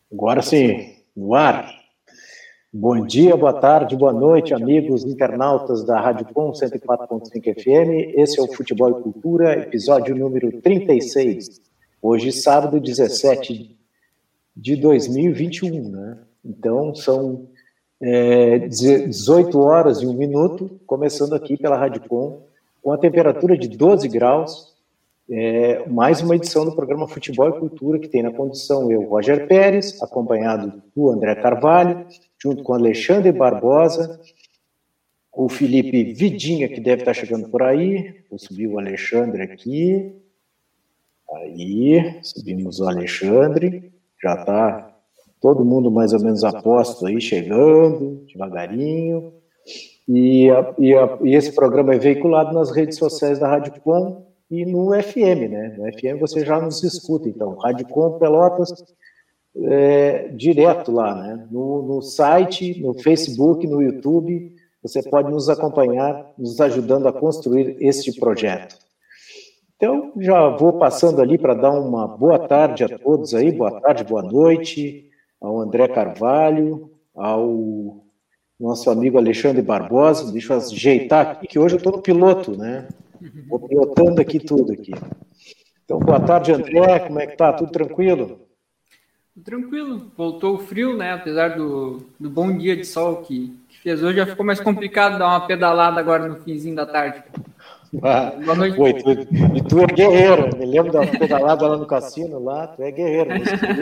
Agora sim, no ar. Bom dia, boa tarde, boa noite, amigos internautas da Rádio Com 104.5 FM. Esse é o Futebol e Cultura, episódio número 36. Hoje, sábado 17 de 2021, né? Então, são 18 horas e 1 minuto, começando aqui pela Rádio com a temperatura de 12 graus. Mais uma edição do programa Futebol e Cultura, que tem na condução eu, Roger Pérez, acompanhado do André Carvalho, junto com Alexandre Barbosa, o Felipe Vidinha, que deve estar chegando por aí. Vou subir o Alexandre aqui. Aí, subimos o Alexandre. Já está todo mundo mais ou menos a posto aí, chegando, devagarinho. E esse programa é veiculado nas redes sociais da Rádio Com e no FM, né? No FM você já nos escuta, então, Rádio Com Pelotas, direto lá, né? No site, no Facebook, no YouTube, você pode nos acompanhar, nos ajudando a construir este projeto. Então, já vou passando ali para dar uma boa tarde a todos aí, boa tarde, boa noite, ao André Carvalho, ao nosso amigo Alexandre Barbosa. Deixa eu ajeitar aqui, que hoje eu estou no piloto, né? Vou pilotando aqui tudo aqui. Então, boa tarde, André, como é que tá? Tudo tranquilo? Tranquilo, voltou o frio, né? Apesar do bom dia de sol que fez hoje, já ficou mais complicado dar uma pedalada agora no finzinho da tarde. Boa noite. Pô, e tu é guerreiro, me lembro da pedalada lá no cassino, lá, tu é guerreiro,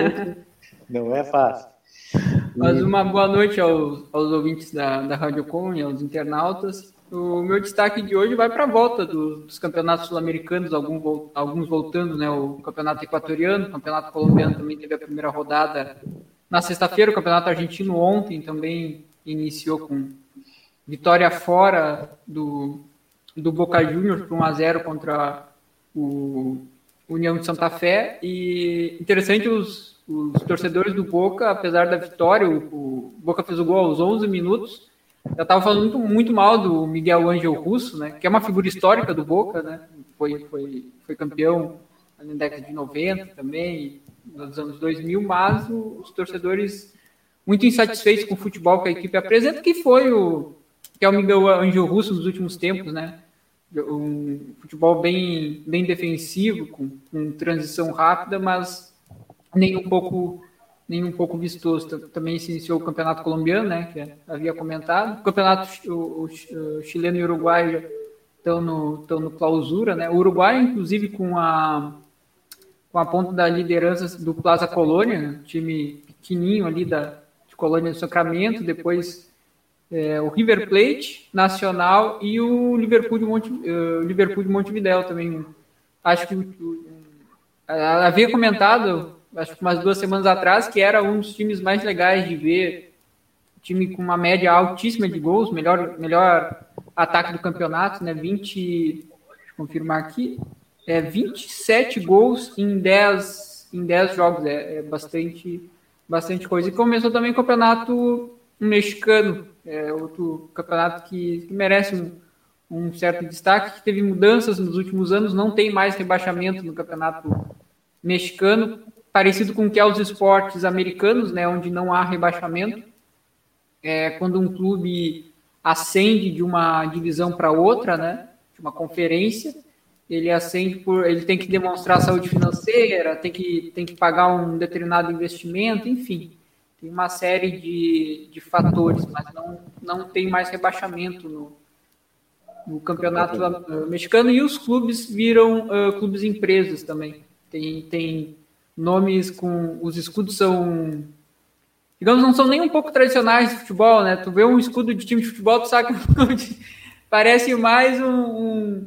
não é fácil. Mas uma boa noite aos ouvintes da Rádio Com e aos internautas. O meu destaque de hoje vai para a volta dos campeonatos sul-americanos, alguns voltando, né? O campeonato equatoriano, o campeonato colombiano também teve a primeira rodada na sexta-feira, o campeonato argentino ontem também iniciou com vitória fora do Boca Juniors por 1-0 contra o União de Santa Fé. E interessante, os torcedores do Boca, apesar da vitória, o Boca fez o gol aos 11 minutos. Eu estava falando muito, muito mal do Miguel Ángel Russo, né, que é uma figura histórica do Boca, né, foi campeão na década de 90 também, nos anos 2000, mas os torcedores muito insatisfeitos com o futebol que a equipe apresenta, que é o Miguel Ángel Russo nos últimos tempos, né, um futebol bem defensivo, com transição rápida, mas nem um pouco vistoso. Também se iniciou o campeonato colombiano, né, que havia comentado. O campeonato o chileno e o uruguaio estão no clausura, né? O Uruguai, inclusive, com a ponta da liderança do Plaza Colônia, né? Time pequenininho ali de Colônia do Sacramento, depois o River Plate, Nacional e o Liverpool de Montevidéu também. Acho que havia comentado, acho que umas 2 semanas atrás, que era um dos times mais legais de ver, time com uma média altíssima de gols, melhor ataque do campeonato, né? Deixa eu confirmar aqui, 27 gols em 10 jogos, bastante coisa. E começou também o campeonato mexicano, outro campeonato que merece um certo destaque, que teve mudanças nos últimos anos, não tem mais rebaixamento no campeonato mexicano, parecido com o que é os esportes americanos, né, onde não há rebaixamento. Quando um clube ascende de uma divisão para outra, né, de uma conferência, ele tem que demonstrar saúde financeira, tem que pagar um determinado investimento, enfim, tem uma série de fatores, mas não tem mais rebaixamento no campeonato mexicano, e os clubes viram clubes empresas também. Tem nomes com... Os escudos são... Digamos, não são nem um pouco tradicionais de futebol, né? Tu vê um escudo de time de futebol, tu sabe que parece mais um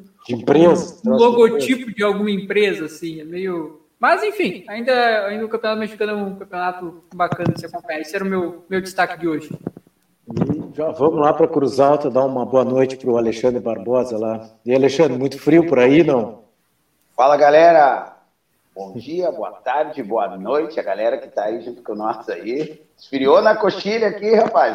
logotipo de alguma empresa, assim. É meio... Mas, enfim, ainda o Campeonato Mexicano é um campeonato bacana de se acompanhar. Esse era o meu destaque de hoje. E já vamos lá para Cruz Alta, dar uma boa noite para o Alexandre Barbosa lá. E Alexandre, muito frio por aí, não? Fala, galera! Bom dia, boa tarde, boa noite, a galera que tá aí junto com nós aí. Esfriou na coxilha aqui, rapaz.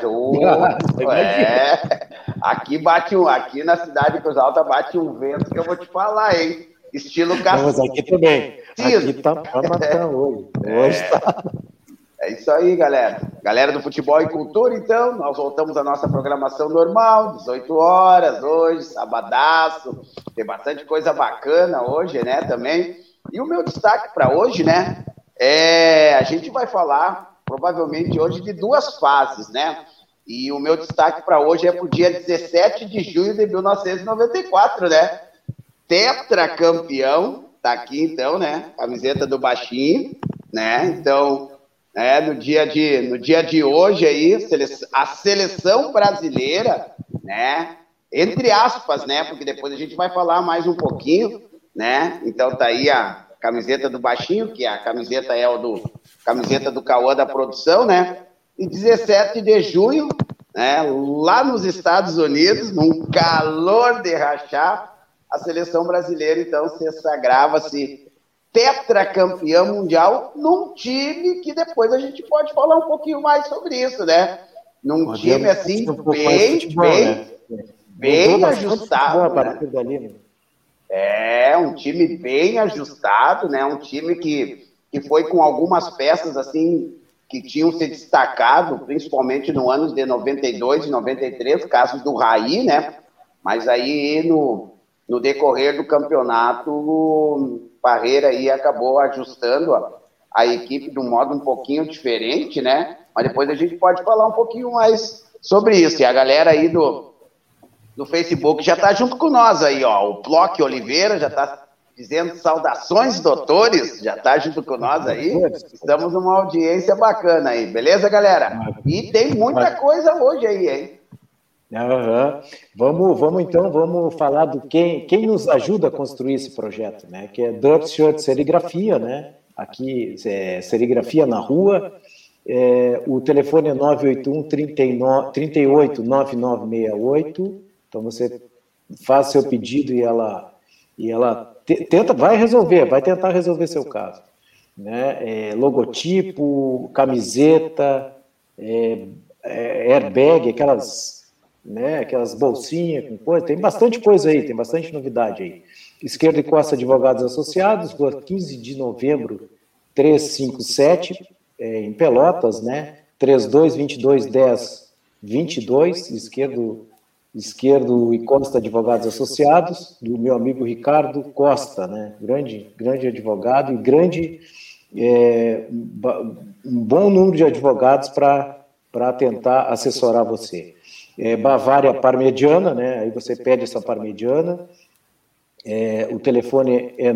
Aqui na cidade de Cruz Alta bate um vento que eu vou te falar, hein? Estilo Cassino. Mas aqui também. Aqui tá pra matar hoje. Hoje tá... É isso aí, galera. Galera do Futebol e Cultura, então, nós voltamos à nossa programação normal, 18 horas hoje, sabadaço. Tem bastante coisa bacana hoje, né, também. E o meu destaque para hoje, né, a gente vai falar, provavelmente hoje, de 2 fases, né? E o meu destaque para hoje é para o dia 17 de junho de 1994, né? Tetracampeão, tá aqui então, né? Camiseta do Baixinho, né? Então, no dia de hoje aí, a seleção brasileira, né? Entre aspas, né? Porque depois a gente vai falar mais um pouquinho, né? Então tá aí a camiseta do Baixinho, que a camiseta camiseta do Cauã da produção, né? E 17 de junho, né? Lá nos Estados Unidos, num calor de rachar, a seleção brasileira, então, se sagrava-se tetracampeão mundial num time que depois a gente pode falar um pouquinho mais sobre isso, né? Num time, assim, bem ajustado. Né? Um time bem ajustado, né? Um time que foi com algumas peças, assim, que tinham se destacado, principalmente no ano de 92 e 93, caso do Raí, né? Mas aí, no decorrer do campeonato, o Parreira aí acabou ajustando a equipe de um modo um pouquinho diferente, né? Mas depois a gente pode falar um pouquinho mais sobre isso. E a galera aí do Facebook já está junto com nós aí, ó. O Plock Oliveira já está dizendo saudações, doutores, já está junto com nós aí. Estamos numa audiência bacana aí, beleza, galera? E tem muita coisa hoje aí, hein? Vamos falar do quem nos ajuda a construir esse projeto, né? Que é Dirt Shirt Serigrafia, né? Aqui, serigrafia na rua. O telefone é 981 38 9968. Então você faz seu pedido e ela vai tentar resolver seu caso, né? Logotipo, camiseta, airbag, aquelas bolsinhas com coisa, tem bastante coisa aí, tem bastante novidade aí. Esquerda e Costa Advogados Associados, rua 15 de novembro, 357, em Pelotas, né? 32221022, esquerdo e Costa Advogados Associados, do meu amigo Ricardo Costa, né? Grande advogado e um bom número de advogados para tentar assessorar você. Bavária Parmegiana, né? Aí você pede essa Parmegiana. O telefone é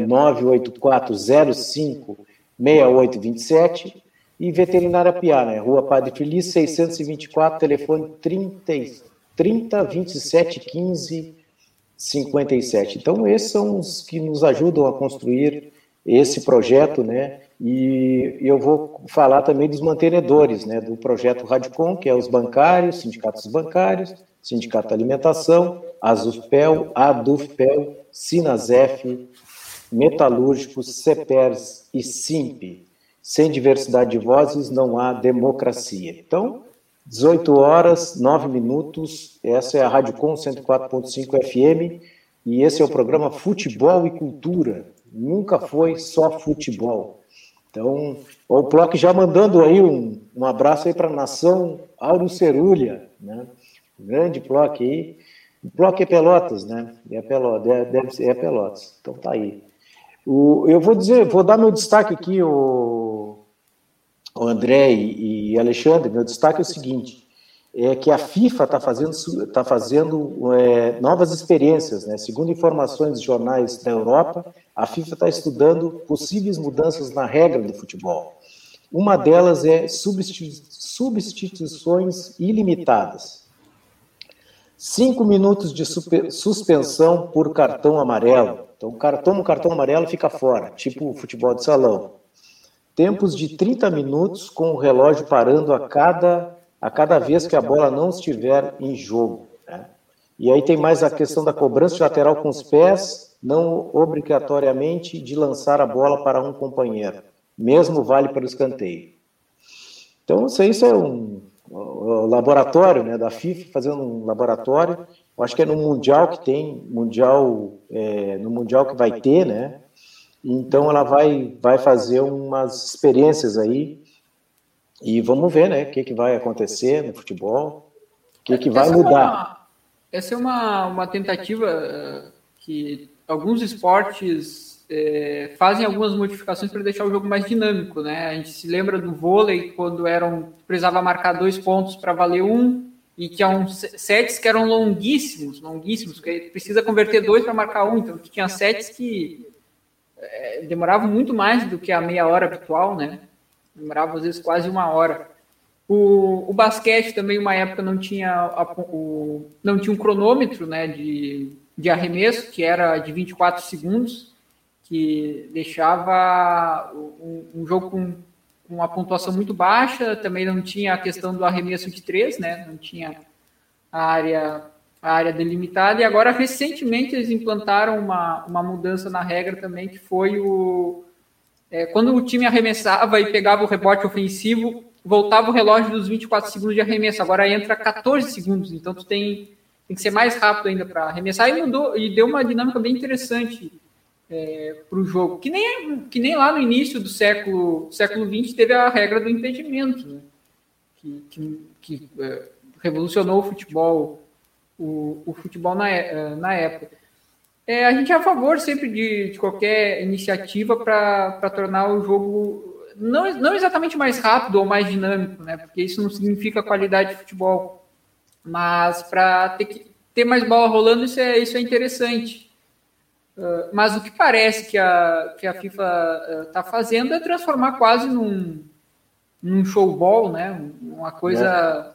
984056827 e Veterinária Piá, né? Rua Padre Feliz, 624, telefone 30 27 15 57. Então, esses são os que nos ajudam a construir esse projeto, né? E eu vou falar também dos mantenedores, né? Do projeto Radicom, que é os bancários, sindicatos bancários, Sindicato da Alimentação, Azufpel, Adufpel, Sinasef, Metalúrgicos, CEPERS e SIMP. Sem diversidade de vozes não há democracia. Então, 18 horas, 9 minutos, essa é a Radicom 104.5 FM e esse é o programa Futebol e Cultura. Nunca foi só futebol. Então, o Plock já mandando aí um abraço aí para a nação Auro Cerulha, né? Grande Plock aí. O Plock é Pelotas, né? Deve ser Pelotas. Então tá aí. Eu vou dar meu destaque aqui, o André e Alexandre. Meu destaque é o seguinte: é que a FIFA está fazendo novas experiências, né? Segundo informações de jornais da Europa, a FIFA está estudando possíveis mudanças na regra do futebol. Uma delas é substituições ilimitadas. 5 minutos de suspensão por cartão amarelo. Então, toma um cartão amarelo e fica fora, tipo futebol de salão. Tempos de 30 minutos com o relógio parando a cada vez que a bola não estiver em jogo, né? E aí tem mais a questão da cobrança de lateral com os pés, não obrigatoriamente de lançar a bola para um companheiro. Mesmo vale para o escanteio. Então, isso é um laboratório, né, da FIFA, fazendo um laboratório. Eu acho que é no Mundial que tem, no Mundial que vai ter, né? Então ela vai fazer umas experiências aí E vamos ver, né, o que vai acontecer no futebol, o que vai mudar. Essa é uma tentativa que alguns esportes fazem algumas modificações para deixar o jogo mais dinâmico, né? A gente se lembra do vôlei, quando precisava marcar 2 pontos para valer 1, e tinha uns sets que eram longuíssimos, que precisa converter 2 para marcar 1, então tinha sets que demoravam muito mais do que a meia hora habitual, né? Demorava às vezes quase 1 hora. O basquete também, uma época, não tinha um cronômetro, né, de arremesso, que era de 24 segundos, que deixava um jogo com uma pontuação muito baixa. Também não tinha a questão do arremesso de 3, né, não tinha a área delimitada. E agora, recentemente, eles implantaram uma mudança na regra também, que foi quando o time arremessava e pegava o rebote ofensivo, voltava o relógio dos 24 segundos de arremesso, agora entra 14 segundos, então tu tem que ser mais rápido ainda para arremessar, e mudou, e deu uma dinâmica bem interessante para o jogo, que nem lá no início do século XX teve a regra do impedimento, né? que revolucionou o futebol, o futebol na época. A gente é a favor sempre de qualquer iniciativa para tornar o jogo não exatamente mais rápido ou mais dinâmico, né? Porque isso não significa qualidade de futebol, mas para ter mais bola rolando, isso é interessante. Mas o que parece que a FIFA está fazendo é transformar quase num showball, né? Uma coisa...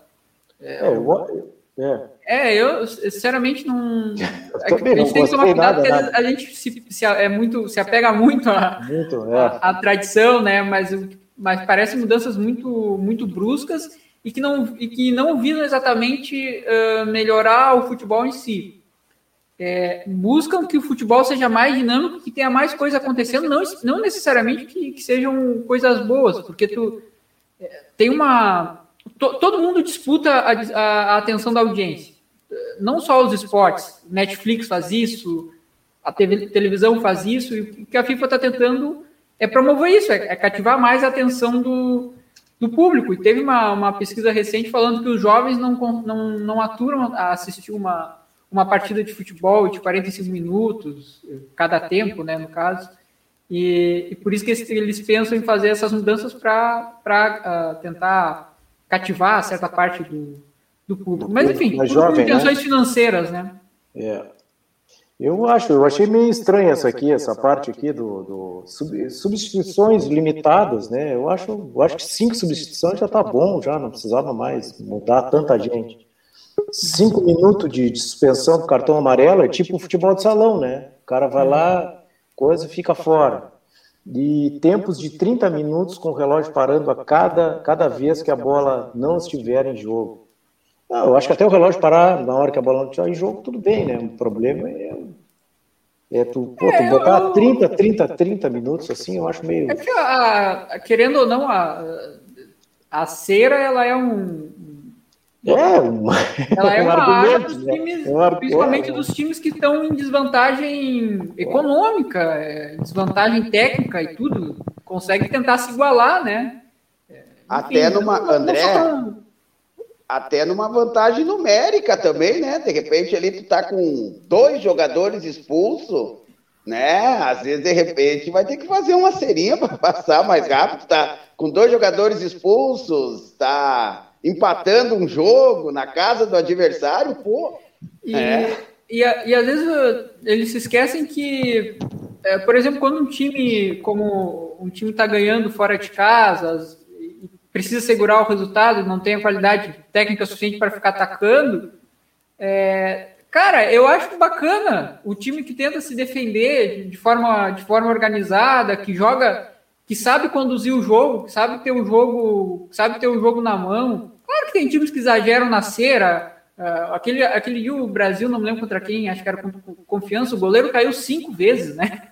eu sinceramente não. A gente tem que tomar cuidado, porque a gente se apega muito à tradição, né? Mas parecem mudanças muito, muito bruscas e que não visam exatamente melhorar o futebol em si. Buscam que o futebol seja mais dinâmico, que tenha mais coisa acontecendo, não necessariamente que sejam coisas boas, porque tem todo mundo disputa a atenção da audiência. Não só os esportes. Netflix faz isso, a televisão faz isso, e o que a FIFA está tentando é promover isso, é cativar mais a atenção do público. E teve uma pesquisa recente falando que os jovens não aturam a assistir uma partida de futebol de 45 minutos, cada tempo, né, no caso. E por isso que eles pensam em fazer essas mudanças para tentar cativar certa parte do público. Mas, enfim, tudo com intenções financeiras, né? Eu achei meio estranha essa parte aqui do substituições limitadas, né? Eu acho que 5 substituições já tá bom, já não precisava mais mudar tanta gente. 5 minutos de suspensão do cartão amarelo é tipo futebol de salão, né? O cara vai lá, coisa, fica fora. E tempos de 30 minutos com o relógio parando a cada vez que a bola não estiver em jogo. Eu acho que até o relógio parar na hora que a bola não estiver em jogo, tudo bem, né? O problema tu botar 30 minutos assim, eu acho meio... querendo ou não, a cera, ela é ela é uma área dos times, principalmente dos times que estão em desvantagem econômica, desvantagem técnica e tudo, consegue tentar se igualar, né? Até numa vantagem numérica também, né? De repente ali tu tá com 2 jogadores expulsos, né? Às vezes, de repente, vai ter que fazer uma serinha para passar mais rápido, tá com 2 jogadores expulsos, tá empatando um jogo na casa do adversário, pô. E às vezes eles se esquecem que, por exemplo, quando um time está ganhando fora de casa, precisa segurar o resultado, não tem a qualidade técnica suficiente para ficar atacando, cara, eu acho bacana o time que tenta se defender de forma organizada, que joga, que sabe conduzir o jogo, que sabe ter o jogo na mão. Claro que tem times que exageram na cera. Aquele o Brasil, não me lembro contra quem, acho que era contra Confiança, o goleiro caiu 5 vezes, né?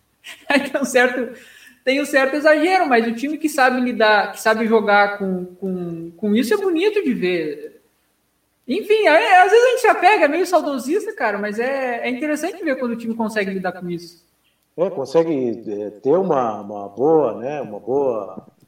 Tem um certo exagero, mas o time que sabe lidar, que sabe jogar com isso é bonito de ver. Enfim, às vezes a gente se apega, é meio saudosista, cara, mas é interessante ver quando o time consegue lidar com isso. Consegue ter uma boa, né?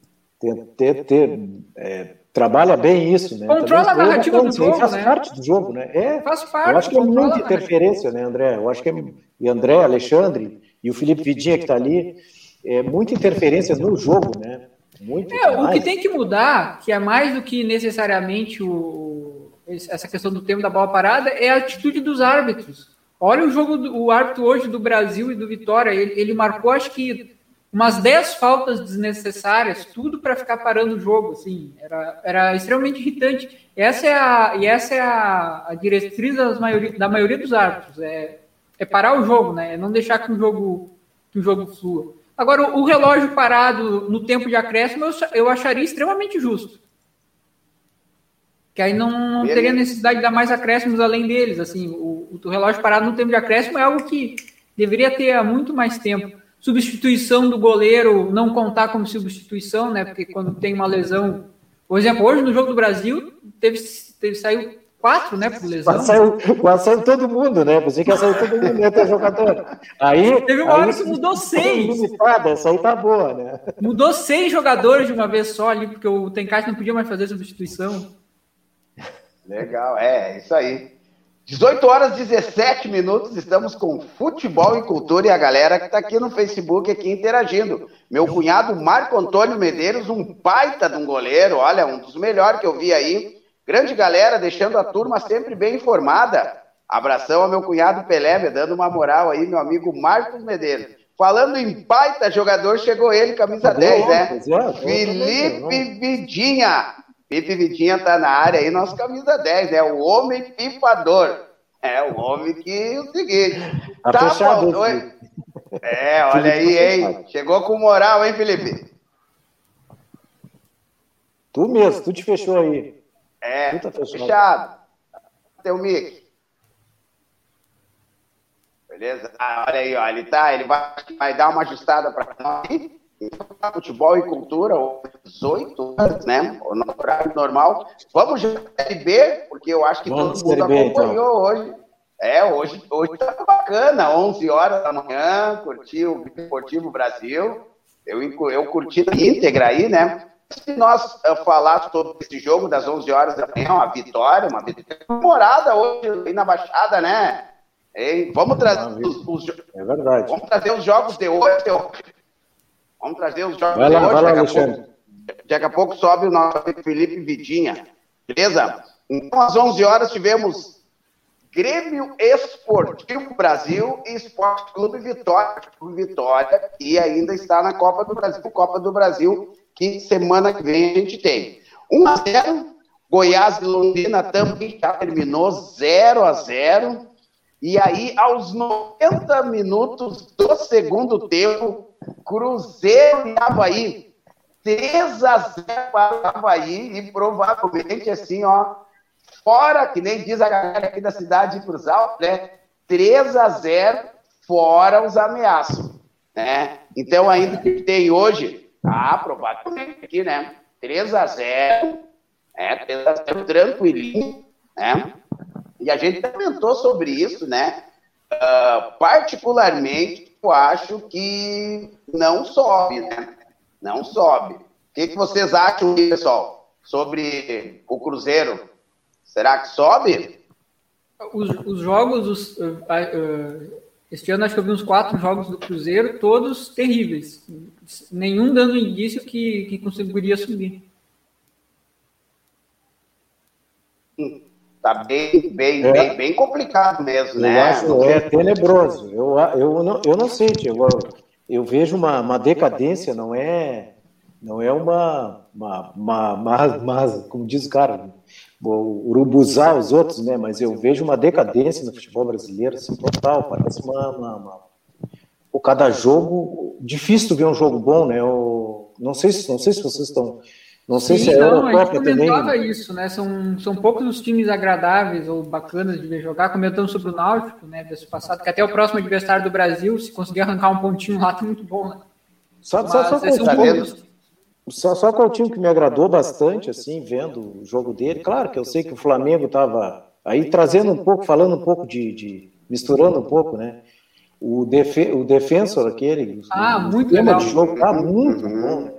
trabalha bem isso, né? Controla a narrativa do jogo, faz né? parte do jogo, né? Faz parte. Eu acho que é muita interferência, né, André? Eu acho que e André, Alexandre e o Felipe Vidinha que está ali, é muita interferência no jogo, né? Muito o que tem que mudar, que é mais do que necessariamente essa questão do tempo da bola parada, é a atitude dos árbitros. Olha o árbitro hoje do Brasil e do Vitória, ele marcou, acho que umas 10 faltas desnecessárias, tudo para ficar parando o jogo, assim, era extremamente irritante. Essa é a diretriz da maioria dos árbitros, é parar o jogo, né? É não deixar que o jogo flua. Agora, o relógio parado no tempo de acréscimo, eu acharia extremamente justo. Que aí não teria necessidade de dar mais acréscimos além deles. Assim, o relógio parado no tempo de acréscimo é algo que deveria ter há muito mais tempo. Substituição do goleiro não contar como substituição, né? Porque quando tem uma lesão... Por exemplo, hoje no Jogo do Brasil, saiu 4, né, por lesão. Quase saiu todo mundo, né? Você quer sair todo mundo, né, ter jogador. Aí, teve uma hora que mudou 6. Essa aí tá boa, né? Mudou 6 jogadores de uma vez só ali, porque o Tencate não podia mais fazer substituição. Legal, isso aí. 18 horas 17 minutos, estamos com Futebol e Cultura e a galera que está aqui no Facebook aqui interagindo. Meu cunhado Marco Antônio Medeiros, um baita de um goleiro, olha, um dos melhores que eu vi aí. Grande galera, deixando a turma sempre bem informada. Abração ao meu cunhado Pelé, me dando uma moral aí, meu amigo Marcos Medeiros. Falando em baita jogador, chegou ele, camisa 10, né? Felipe Vidinha. Felipe Vidinha tá na área aí, nosso camisa 10, né? O homem pipador. O homem que o seguinte. Tá fechado, olha aí, hein? Chegou com moral, hein, Felipe? Tu mesmo, tu te fechou aí. Tá fechado. Teu mic. Beleza? Olha aí, ó. Ele vai dar uma ajustada para nós. Futebol e Cultura, 18 horas, né? No horário normal. Vamos já B, porque eu acho que todo mundo acompanhou hoje. Hoje tá bacana, 11 horas da manhã, curti o Esportivo Brasil. Eu curti a íntegra aí, né? Se nós falarmos sobre esse jogo das 11 horas da manhã, uma vitória comemorada hoje aí na Baixada, né? Vamos trazer É verdade. Vamos trazer os jogos de hoje. Vamos trazer os jogos de hoje. Daqui a pouco sobe o nosso Felipe Vidinha. Beleza? Então, às 11 horas, tivemos Grêmio Esportivo Brasil e Esporte Clube Vitória, que ainda está na Copa do Brasil, que semana que vem a gente tem. 1-0, Goiás e Londrina também já terminou 0-0. E aí, aos 90 minutos do segundo tempo, Cruzeiro e Avaí, 3-0 para o Avaí, e provavelmente assim, ó, fora, que nem diz a galera aqui da cidade de Cruz Alta, né? 3-0, fora os ameaços, né? Então, ainda que tem hoje, provavelmente aqui, né? 3-0, 3-0 tranquilinho, né? E a gente comentou sobre isso, né? Particularmente, eu acho que não sobe, né? Não sobe. O que vocês acham, pessoal, sobre o Cruzeiro? Será que sobe? Os jogos, este ano acho que eu vi uns 4 jogos do Cruzeiro, todos terríveis. Nenhum dando indício que conseguiria subir. Tá bem complicado mesmo, né? Eu acho tenebroso. Eu não sei, Tiago. Eu vejo uma decadência, não é uma como diz o cara, urubuzar os outros, né? Mas eu vejo uma decadência no futebol brasileiro, assim, total. Parece cada jogo difícil ver um jogo bom, né? Eu não sei se vocês estão. Não sei se a Eurocopa também. A gente comentava isso, né? São poucos os times agradáveis ou bacanas de ver jogar. Comentando sobre o Náutico, né? Desse passado, que até o próximo adversário do Brasil, se conseguir arrancar um pontinho lá, tá muito bom, né? Só qual time que me agradou bastante, assim, vendo o jogo dele. Claro que eu sei que o Flamengo estava aí trazendo um pouco, falando um pouco misturando um pouco, né? O Defensor, aquele. Muito legal. De jogo tá muito bom, né?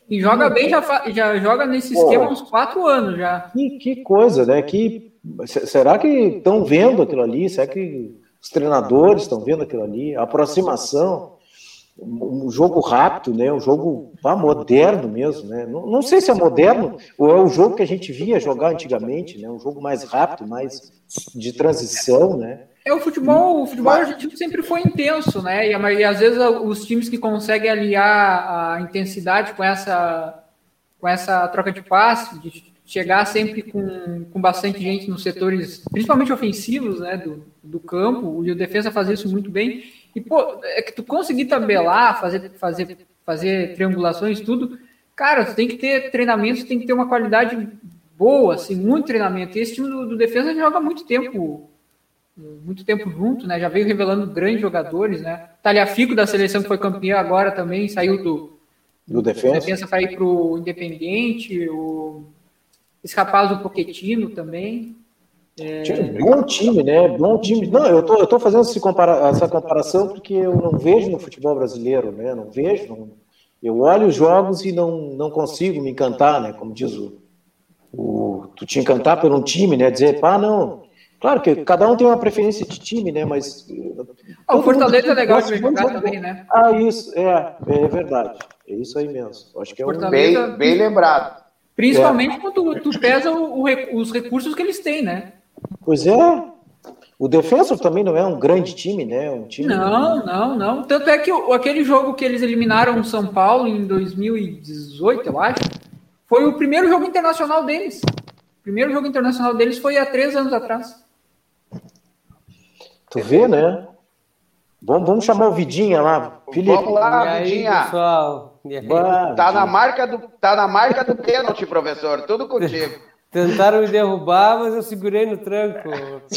E joga bem, já joga nesse esquema há uns 4 anos já. Que coisa, né? Será que estão vendo aquilo ali? Será que os treinadores estão vendo aquilo ali? A aproximação, um jogo rápido, né? Um jogo moderno mesmo, né? Não sei se é moderno ou é o jogo que a gente via jogar antigamente, né? Um jogo mais rápido, mais de transição, né? O futebol argentino sempre foi intenso, né? E às vezes os times que conseguem aliar a intensidade com essa troca de passe, de chegar sempre com bastante gente nos setores, principalmente ofensivos, né, do campo, e o defesa faz isso muito bem. E, é que tu conseguir tabelar, fazer triangulações, tudo, cara, tu tem que ter treinamento, tem que ter uma qualidade boa, assim, muito treinamento. E esse time do defesa joga muito tempo junto, né? Já veio revelando grandes jogadores, né? Talhafico da seleção que foi campeão agora também, saiu do defesa para ir para o Independiente, esse rapaz do Pochettino também. Bom time, né? Bom time. Não, eu tô fazendo essa comparação porque eu não vejo no futebol brasileiro, né? Não vejo. Eu olho os jogos e não consigo me encantar, né? Como diz tu te encantar por um time, né? Dizer, não. Claro que cada um tem uma preferência de time, né? Mas o Fortaleza é legal de ver jogar também, né? Isso é verdade. É isso aí mesmo. Acho que é Fortaleza, bem lembrado. Principalmente quando tu pesa os recursos que eles têm, né? Pois é. O Defensor também não é um grande time, né? Um time... Não. Tanto é que aquele jogo que eles eliminaram o São Paulo em 2018, eu acho, foi o primeiro jogo internacional deles. O primeiro jogo internacional deles foi há 3 anos atrás. Tu vê, né? Vamos chamar o Vidinha lá. Felipe. Vamos lá, Vidinha. Pessoal. Tá na marca do pênalti, professor. Tudo contigo. Tentaram me derrubar, mas eu segurei no tranco.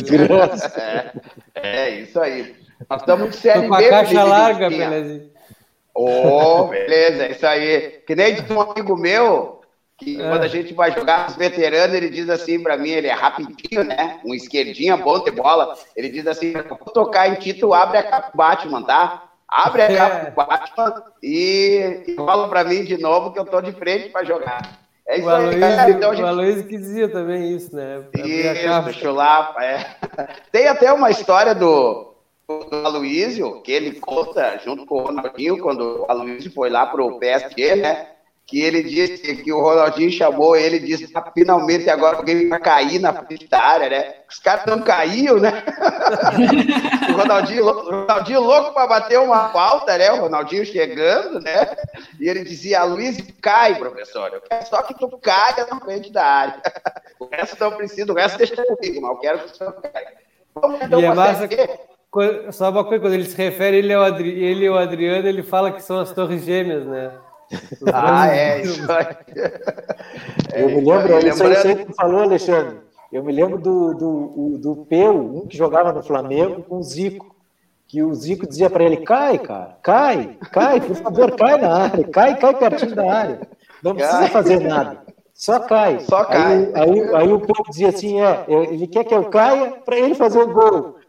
Isso aí. Nós estamos de Série B. Tô com a caixa larga, Belezinha. Beleza, é isso aí. Que nem de um amigo meu, que quando a gente vai jogar os veteranos, ele diz assim pra mim, ele é rapidinho, né? Um esquerdinha, bom de bola. Ele diz assim, vou tocar em ti, tu abre a capa do Batman, tá? Abre a capa do Batman e fala pra mim de novo que eu tô de frente pra jogar. É isso aí, galera. Então, o Aloysio que dizia também isso, né? Isso, chulapa, Tem até uma história do Aloysio, que ele conta junto com o Ronaldinho, quando o Aloysio foi lá pro PSG, né? Que ele disse que o Ronaldinho chamou ele e disse, finalmente agora alguém vai cair na frente da área, né? Os caras não caíam, né? O Ronaldinho louco para bater uma falta, né? O Ronaldinho chegando, né? E ele dizia, Luiz, cai, professor. Eu quero só que tu caia na frente da área. O resto não precisa, o resto deixa comigo, mas eu quero que o senhor caia. E é massa, só uma coisa, quando ele se refere, ele e o Adriano, ele fala que são as torres gêmeas, né? Isso aí. Eu me lembro, isso aí que tu falou, Alexandre. Eu me lembro do Peu, um que jogava no Flamengo, com o Zico. Que o Zico dizia para ele, cai, cara, cai, por favor, cai na área, cai pertinho da área. Não precisa fazer nada, só cai. Só cai. Aí o Peu dizia assim, ele quer que eu caia para ele fazer o gol.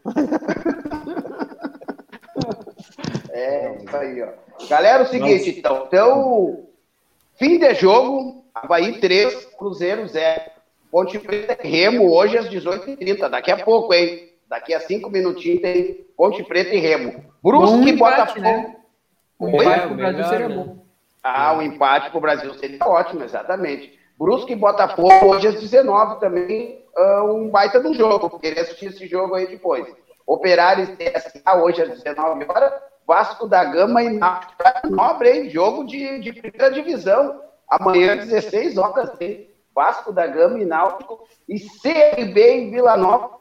Isso aí, ó. Galera, é o seguinte, então, fim de jogo, Avaí 3, Cruzeiro 0. Ponte Preta e Remo hoje às 18h30, daqui a pouco, hein? Daqui a 5 minutinhos tem Ponte Preta e Remo. Brusque e Botafogo. Né? O empate pro Brasil seria bom. O empate pro Brasil seria ótimo, exatamente. Brusque e Botafogo hoje às 19h também, um baita de um jogo, queria assistir esse jogo aí depois. Operário e CSA hoje às 19h, Vasco da Gama e Nobre, hein? Jogo de primeira divisão. Amanhã, 16 horas, tem Vasco da Gama e Náutico. E CRB em Vila Nova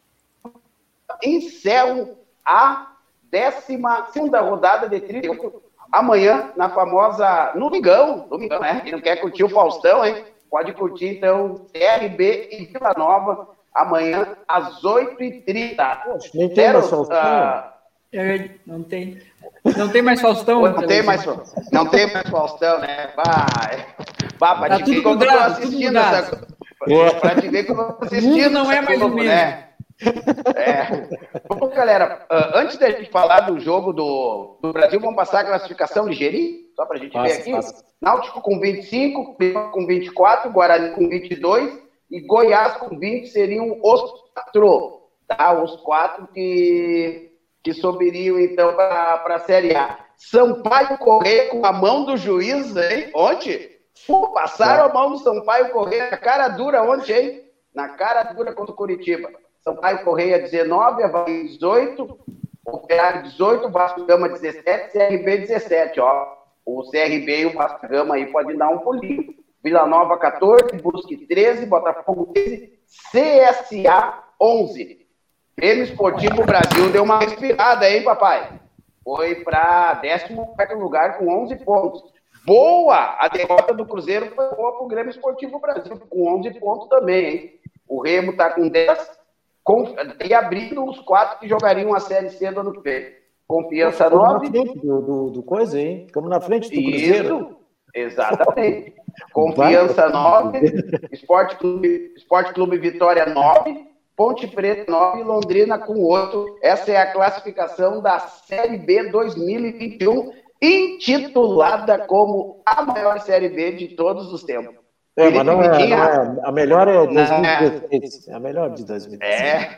encerram a 12ª rodada de 38. Amanhã, na famosa... Domingão, né? Quem não quer curtir o Faustão, hein? Pode curtir, então, CRB e Vila Nova, amanhã, às 8h30. Nem tem mais Faustão. Não tem. Não tem mais Faustão. Não tem mais Faustão, né? Pra te ver como eu tô assistindo essa coisa. Pra te ver como eu tô assistindo. Não é mais o mesmo. Né? galera, antes da gente falar do jogo do Brasil, vamos passar a classificação ligeirinho, só para a gente ver aqui. Náutico com 25, Cruzeiro com 24, Guarani com 22 e Goiás com 20 seriam os 4, tá? Os 4 que subiriam, então, para a Série A. Sampaio Corrêa com a mão do juiz, hein? Ontem? Passaram a mão do Sampaio Corrêa, na cara dura ontem, hein? Na cara dura contra o Curitiba. Sampaio Corrêa 19, Avaí 18, Operário 18, Vasco da Gama 17, CRB 17, ó. O CRB e o Vasco da Gama aí podem dar um pulinho. Vila Nova 14, Brusque 13, Botafogo 13, CSA 11. Grêmio Esportivo Brasil deu uma respirada, hein, papai? Foi para 14º lugar com 11 pontos. Boa! A derrota do Cruzeiro foi boa para o Grêmio Esportivo Brasil, com 11 pontos também, hein? O Remo está com 10, e abrindo os 4 que jogariam a Série C do ano que vem. Confiança 9. Na frente do coisa, hein? Ficamos na frente do Cruzeiro. Isso, exatamente. Confiança 9, Esporte Clube Vitória 9, Ponte Preta 9 e Londrina com 8. Essa é a classificação da Série B 2021, intitulada como a maior Série B de todos os tempos. Mas não é. A melhor é 2016. É a melhor de 2016.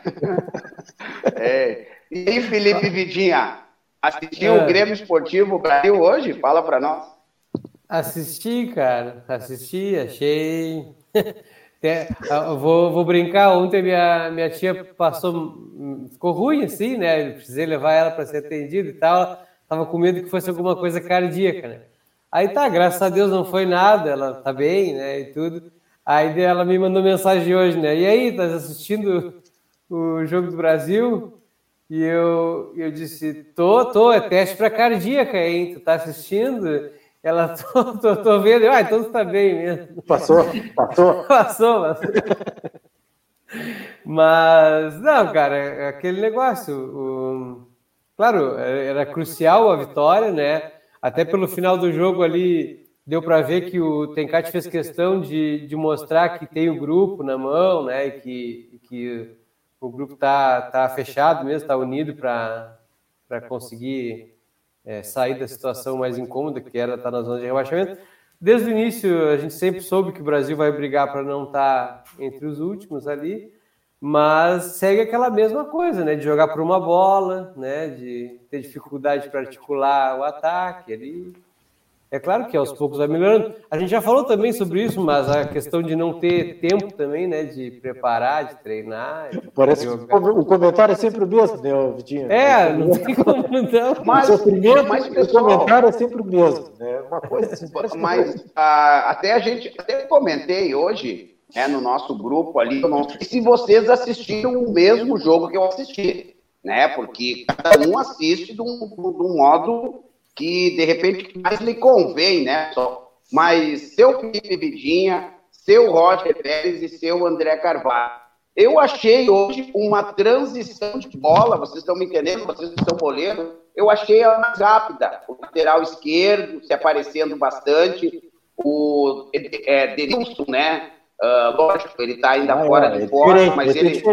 E aí, Felipe Vidinha, assistiu o Grêmio Esportivo Brasil hoje? Fala pra nós. Assisti, cara. Achei... Eu vou brincar, ontem minha tia ficou ruim assim, né? Eu precisei levar ela para ser atendida e tal. Tava com medo que fosse alguma coisa cardíaca, né? Aí tá, graças a Deus não foi nada, ela tá bem, né? E tudo. Aí ela me mandou mensagem hoje, né? E aí, tá assistindo o jogo do Brasil? E eu disse, tô, é teste para cardíaca, hein? Tu tá assistindo? Ela, tô vendo, então você tá bem mesmo. Passou. Mas, não, cara, é aquele negócio. Claro, era crucial a vitória, né? Até pelo final do jogo ali, deu para ver que o Tencati fez questão de mostrar que tem o grupo na mão, né? E que o grupo tá fechado mesmo, tá unido para conseguir... sair da situação mais incômoda, que era estar na zona de rebaixamento. Desde o início, a gente sempre soube que o Brasil vai brigar para não estar entre os últimos ali, mas segue aquela mesma coisa, né? De jogar por uma bola, né? De ter dificuldade para articular o ataque ali. É claro que aos poucos vai melhorando. A gente já falou também sobre isso, mas a questão de não ter tempo também, né? De preparar, de treinar. Parece que o comentário é sempre o mesmo, né, Vitinho? Não tem como não. Mas o comentário é sempre o mesmo, né? Uma coisa assim, mas até comentei hoje, no nosso grupo ali, eu não sei se vocês assistiram o mesmo jogo que eu assisti, né? Porque cada um assiste de um modo que, de repente, mais lhe convém, né? Mas seu Felipe Vidinha, seu Roger Pérez e seu André Carvalho. Eu achei hoje uma transição de bola, vocês estão me entendendo? Vocês estão boleando? Eu achei ela mais rápida. O lateral esquerdo se aparecendo bastante, o Denilson, né? Lógico, ele está ainda fora de forma, mas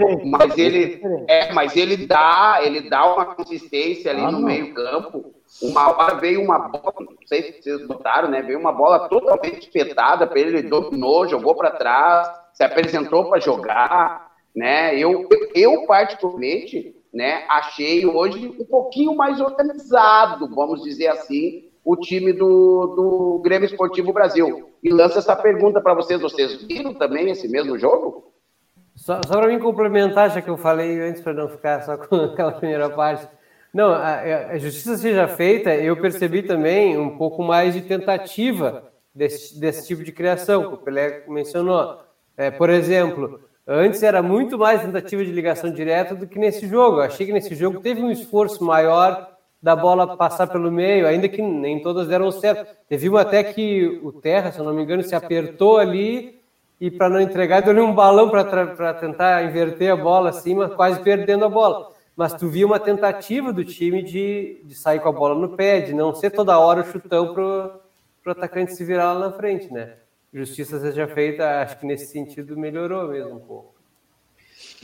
ele dá uma consistência ali no meio-campo. Uma hora veio uma bola, não sei se vocês notaram, né? Veio uma bola totalmente espetada para ele dominou, jogou para trás, se apresentou para jogar, né? Eu particularmente, né, achei hoje um pouquinho mais organizado, vamos dizer assim, o time do Grêmio Esportivo Brasil. E lanço essa pergunta para vocês. Vocês viram também esse mesmo jogo? Só para mim complementar, já que eu falei antes, para não ficar só com aquela primeira parte. Não, a justiça seja feita, eu percebi também um pouco mais de tentativa desse tipo de criação, que o Pelé mencionou. Por exemplo, antes era muito mais tentativa de ligação direta do que nesse jogo. Eu achei que nesse jogo teve um esforço maior da bola passar pelo meio, ainda que nem todas deram certo. Teve uma até que o Terra, se eu não me engano, se apertou ali e para não entregar, deu-lhe um balão para tentar inverter a bola acima, quase perdendo a bola. Mas tu via uma tentativa do time de sair com a bola no pé, de não ser toda hora o chutão pro atacante se virar lá na frente, né? Justiça seja feita, acho que nesse sentido melhorou mesmo um pouco.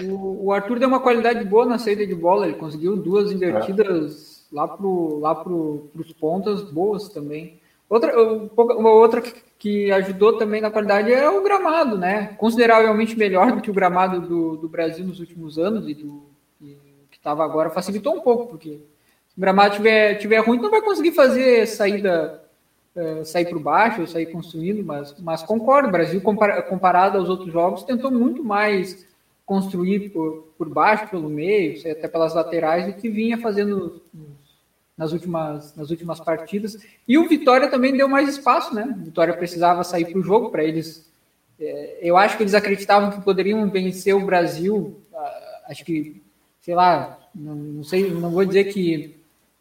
O Arthur deu uma qualidade boa na saída de bola, ele conseguiu 2 invertidas lá pros pontas boas também. Uma outra que ajudou também na qualidade é o gramado, né? Consideravelmente melhor do que o gramado do Brasil nos últimos anos e que estava agora, facilitou um pouco, porque se o gramado tiver ruim, não vai conseguir fazer sair por baixo, sair construindo, mas concordo, o Brasil, comparado aos outros jogos, tentou muito mais construir por baixo, pelo meio, até pelas laterais, do que vinha fazendo nas últimas partidas. E o Vitória também deu mais espaço, né? O Vitória precisava sair para o jogo, para eles. Eu acho que eles acreditavam que poderiam vencer o Brasil, acho que, sei lá, não sei, não vou dizer que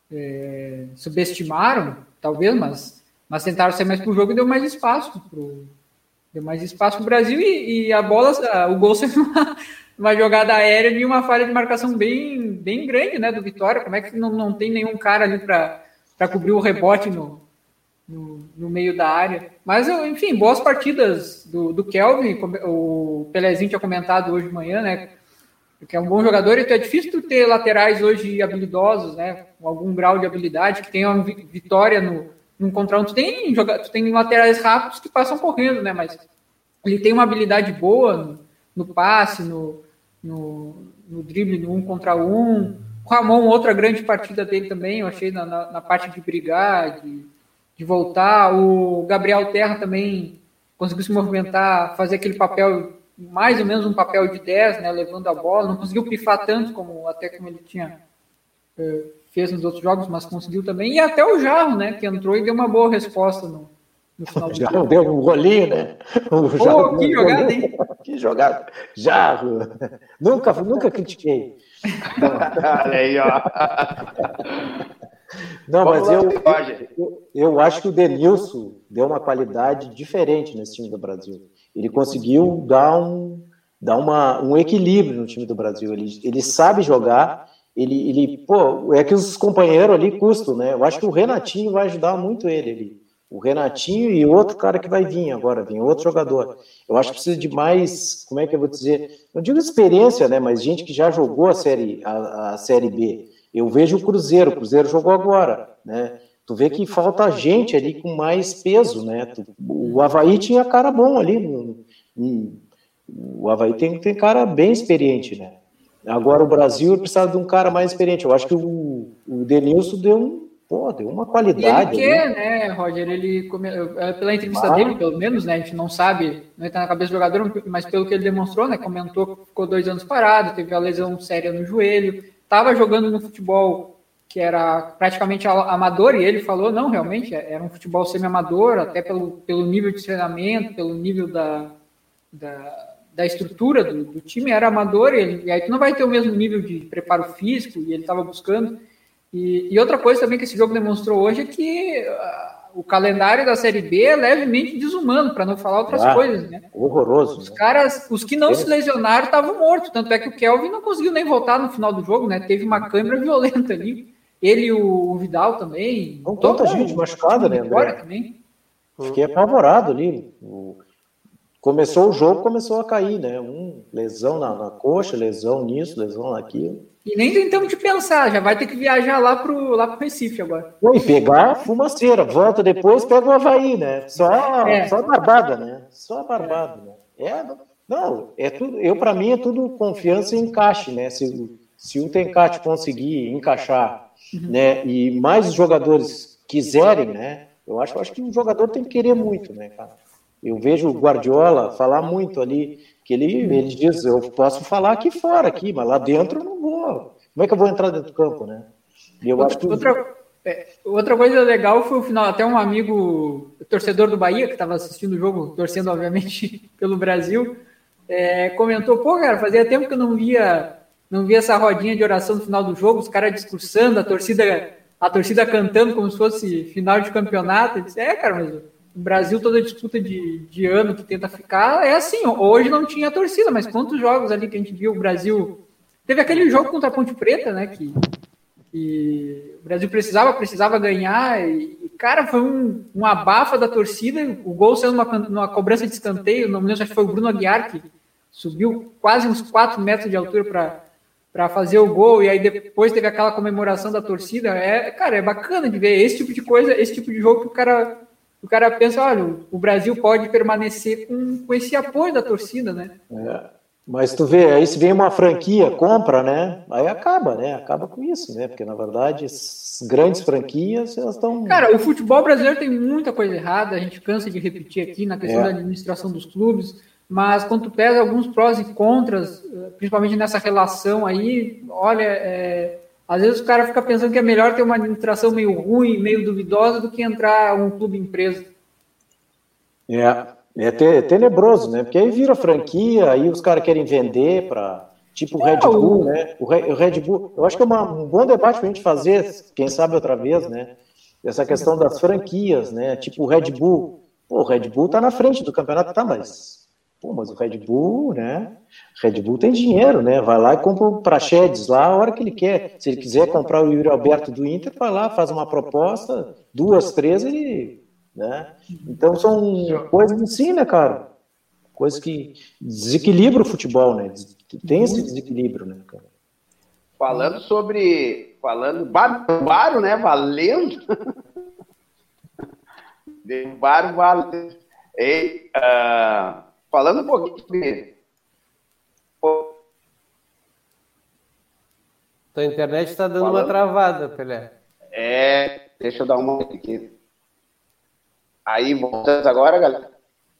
subestimaram, talvez, mas tentaram sair mais para o jogo e deu mais espaço para o Brasil e a bola, o gol saiu uma jogada aérea de uma falha de marcação bem, bem grande, né, do Vitória. Como é que não tem nenhum cara ali para cobrir o rebote no meio da área? Mas, enfim, boas partidas do Kelvin. O Pelezinho tinha comentado hoje de manhã, né, que é um bom jogador, então é difícil tu ter laterais hoje habilidosos, né, com algum grau de habilidade, que tenham vitória no contra um. Tu tem laterais rápidos que passam correndo, né, mas ele tem uma habilidade boa no passe, no drible, no 1 contra 1. O Ramon, outra grande partida dele também, eu achei na parte de brigar, de voltar. O Gabriel Terra também conseguiu se movimentar, fazer aquele papel, mais ou menos um papel de 10, né, levando a bola. Não conseguiu pifar tanto como ele fez nos outros jogos, mas conseguiu também. E até o Jarro, né, que entrou e deu uma boa resposta no final do jogo. Deu um golinho, né? Que jogada, hein? Que jogada. Jarro. Nunca critiquei. Olha aí, ó. Não, mas eu acho que o Denilson deu uma qualidade diferente nesse time do Brasil. Ele conseguiu dar um equilíbrio no time do Brasil. Ele sabe jogar. É que os companheiros ali custam, né? Eu acho que o Renatinho vai ajudar muito ele. O Renatinho e outro cara que vai vir agora, outro jogador. Eu acho que precisa de mais, como é que eu vou dizer? Não digo experiência, né? Mas gente que já jogou a Série B. Eu vejo o Cruzeiro jogou agora, né? Tu vê que falta gente ali com mais peso, né? O Avaí tinha cara bom ali. O Avaí tem cara bem experiente, né? Agora o Brasil precisava de um cara mais experiente. Eu acho que o Denilson deu uma qualidade. E ele quer, né, Roger? Pela entrevista dele, pelo menos, né? A gente não sabe, não está na cabeça do jogador, mas pelo que ele demonstrou, né? Comentou que ficou 2 anos parado, teve a lesão séria no joelho, estava jogando no futebol que era praticamente amador, e ele falou, não, realmente, era um futebol semi-amador, até pelo nível de treinamento, pelo nível da estrutura do time, era amador, e aí tu não vai ter o mesmo nível de preparo físico, e ele estava buscando. E outra coisa também que esse jogo demonstrou hoje é que o calendário da Série B é levemente desumano, para não falar outras coisas, né? Horroroso. Os caras, os que não se lesionaram estavam mortos, tanto é que o Kelvin não conseguiu nem voltar no final do jogo, né? Teve uma câimbra violenta ali. Ele e o Vidal também. Com tanta gente machucada, né, André? Também. Fiquei apavorado ali. Começou o jogo, começou a cair, né? Lesão na coxa, lesão nisso, lesão naquilo. E nem tentamos de pensar, já vai ter que viajar lá pro Recife agora. E pegar a fumaceira, volta depois, pega o Avaí, né? Só barbada, né? Só barbada, né? Tudo. Para mim é tudo confiança e encaixe, né? Se o Tencate conseguir encaixar, né? E mais jogadores quiserem, né? Eu acho que o jogador tem que querer muito, né, cara? Eu vejo o Guardiola falar muito ali, que ele diz, eu posso falar aqui fora, mas lá dentro eu não vou. Como é que eu vou entrar dentro do campo, né? E eu acho que... Outra coisa legal foi o final, até um amigo, torcedor do Bahia, que estava assistindo o jogo, torcendo, obviamente, pelo Brasil, comentou, cara, fazia tempo que eu não via essa rodinha de oração no final do jogo, os caras discursando, a torcida cantando como se fosse final de campeonato. Eu disse, cara, mas o Brasil, toda disputa de ano que tenta ficar, é assim, hoje não tinha torcida, mas quantos jogos ali que a gente viu, o Brasil... Teve aquele jogo contra a Ponte Preta, né, que o Brasil precisava ganhar, e cara, foi um abafa da torcida, o gol saiu numa cobrança de escanteio, não me lembro, acho que foi o Bruno Aguiar que subiu quase uns 4 metros de altura para fazer o gol, e aí depois teve aquela comemoração da torcida. Cara, é bacana de ver esse tipo de coisa, esse tipo de jogo que o cara pensa, olha, o Brasil pode permanecer com esse apoio da torcida, né? Mas tu vê, aí se vem uma franquia, compra, né? Aí acaba, né? Acaba com isso, né? Porque, na verdade, as grandes franquias, elas estão... Cara, o futebol brasileiro tem muita coisa errada, a gente cansa de repetir aqui na questão da administração dos clubes, mas quando tu pega alguns prós e contras, principalmente nessa relação aí, olha, às vezes o cara fica pensando que é melhor ter uma administração meio ruim, meio duvidosa, do que entrar um clube empresa. É tenebroso, né? Porque aí vira franquia, aí os caras querem vender para tipo o Red Bull, né? O Red Bull, eu acho que é um bom debate para a gente fazer, quem sabe outra vez, né? Essa questão das franquias, né? Tipo o Red Bull. Pô, o Red Bull tá na frente do campeonato, tá, mas o Red Bull, né? Red Bull tem dinheiro, né? Vai lá e compra o Praxedes lá a hora que ele quer. Se ele quiser comprar o Yuri Alberto do Inter, vai lá, faz uma proposta, 2, 3, ele... Né? Então são coisas assim, né, cara? Coisas que desequilibram o futebol, né? Tem esse desequilíbrio, né, cara? Falando Baro, né? Valendo. Baro valendo. Falando um pouquinho sobre... Tua internet está dando uma travada, Pelé. Deixa eu dar uma aqui. Aí, voltando agora, galera.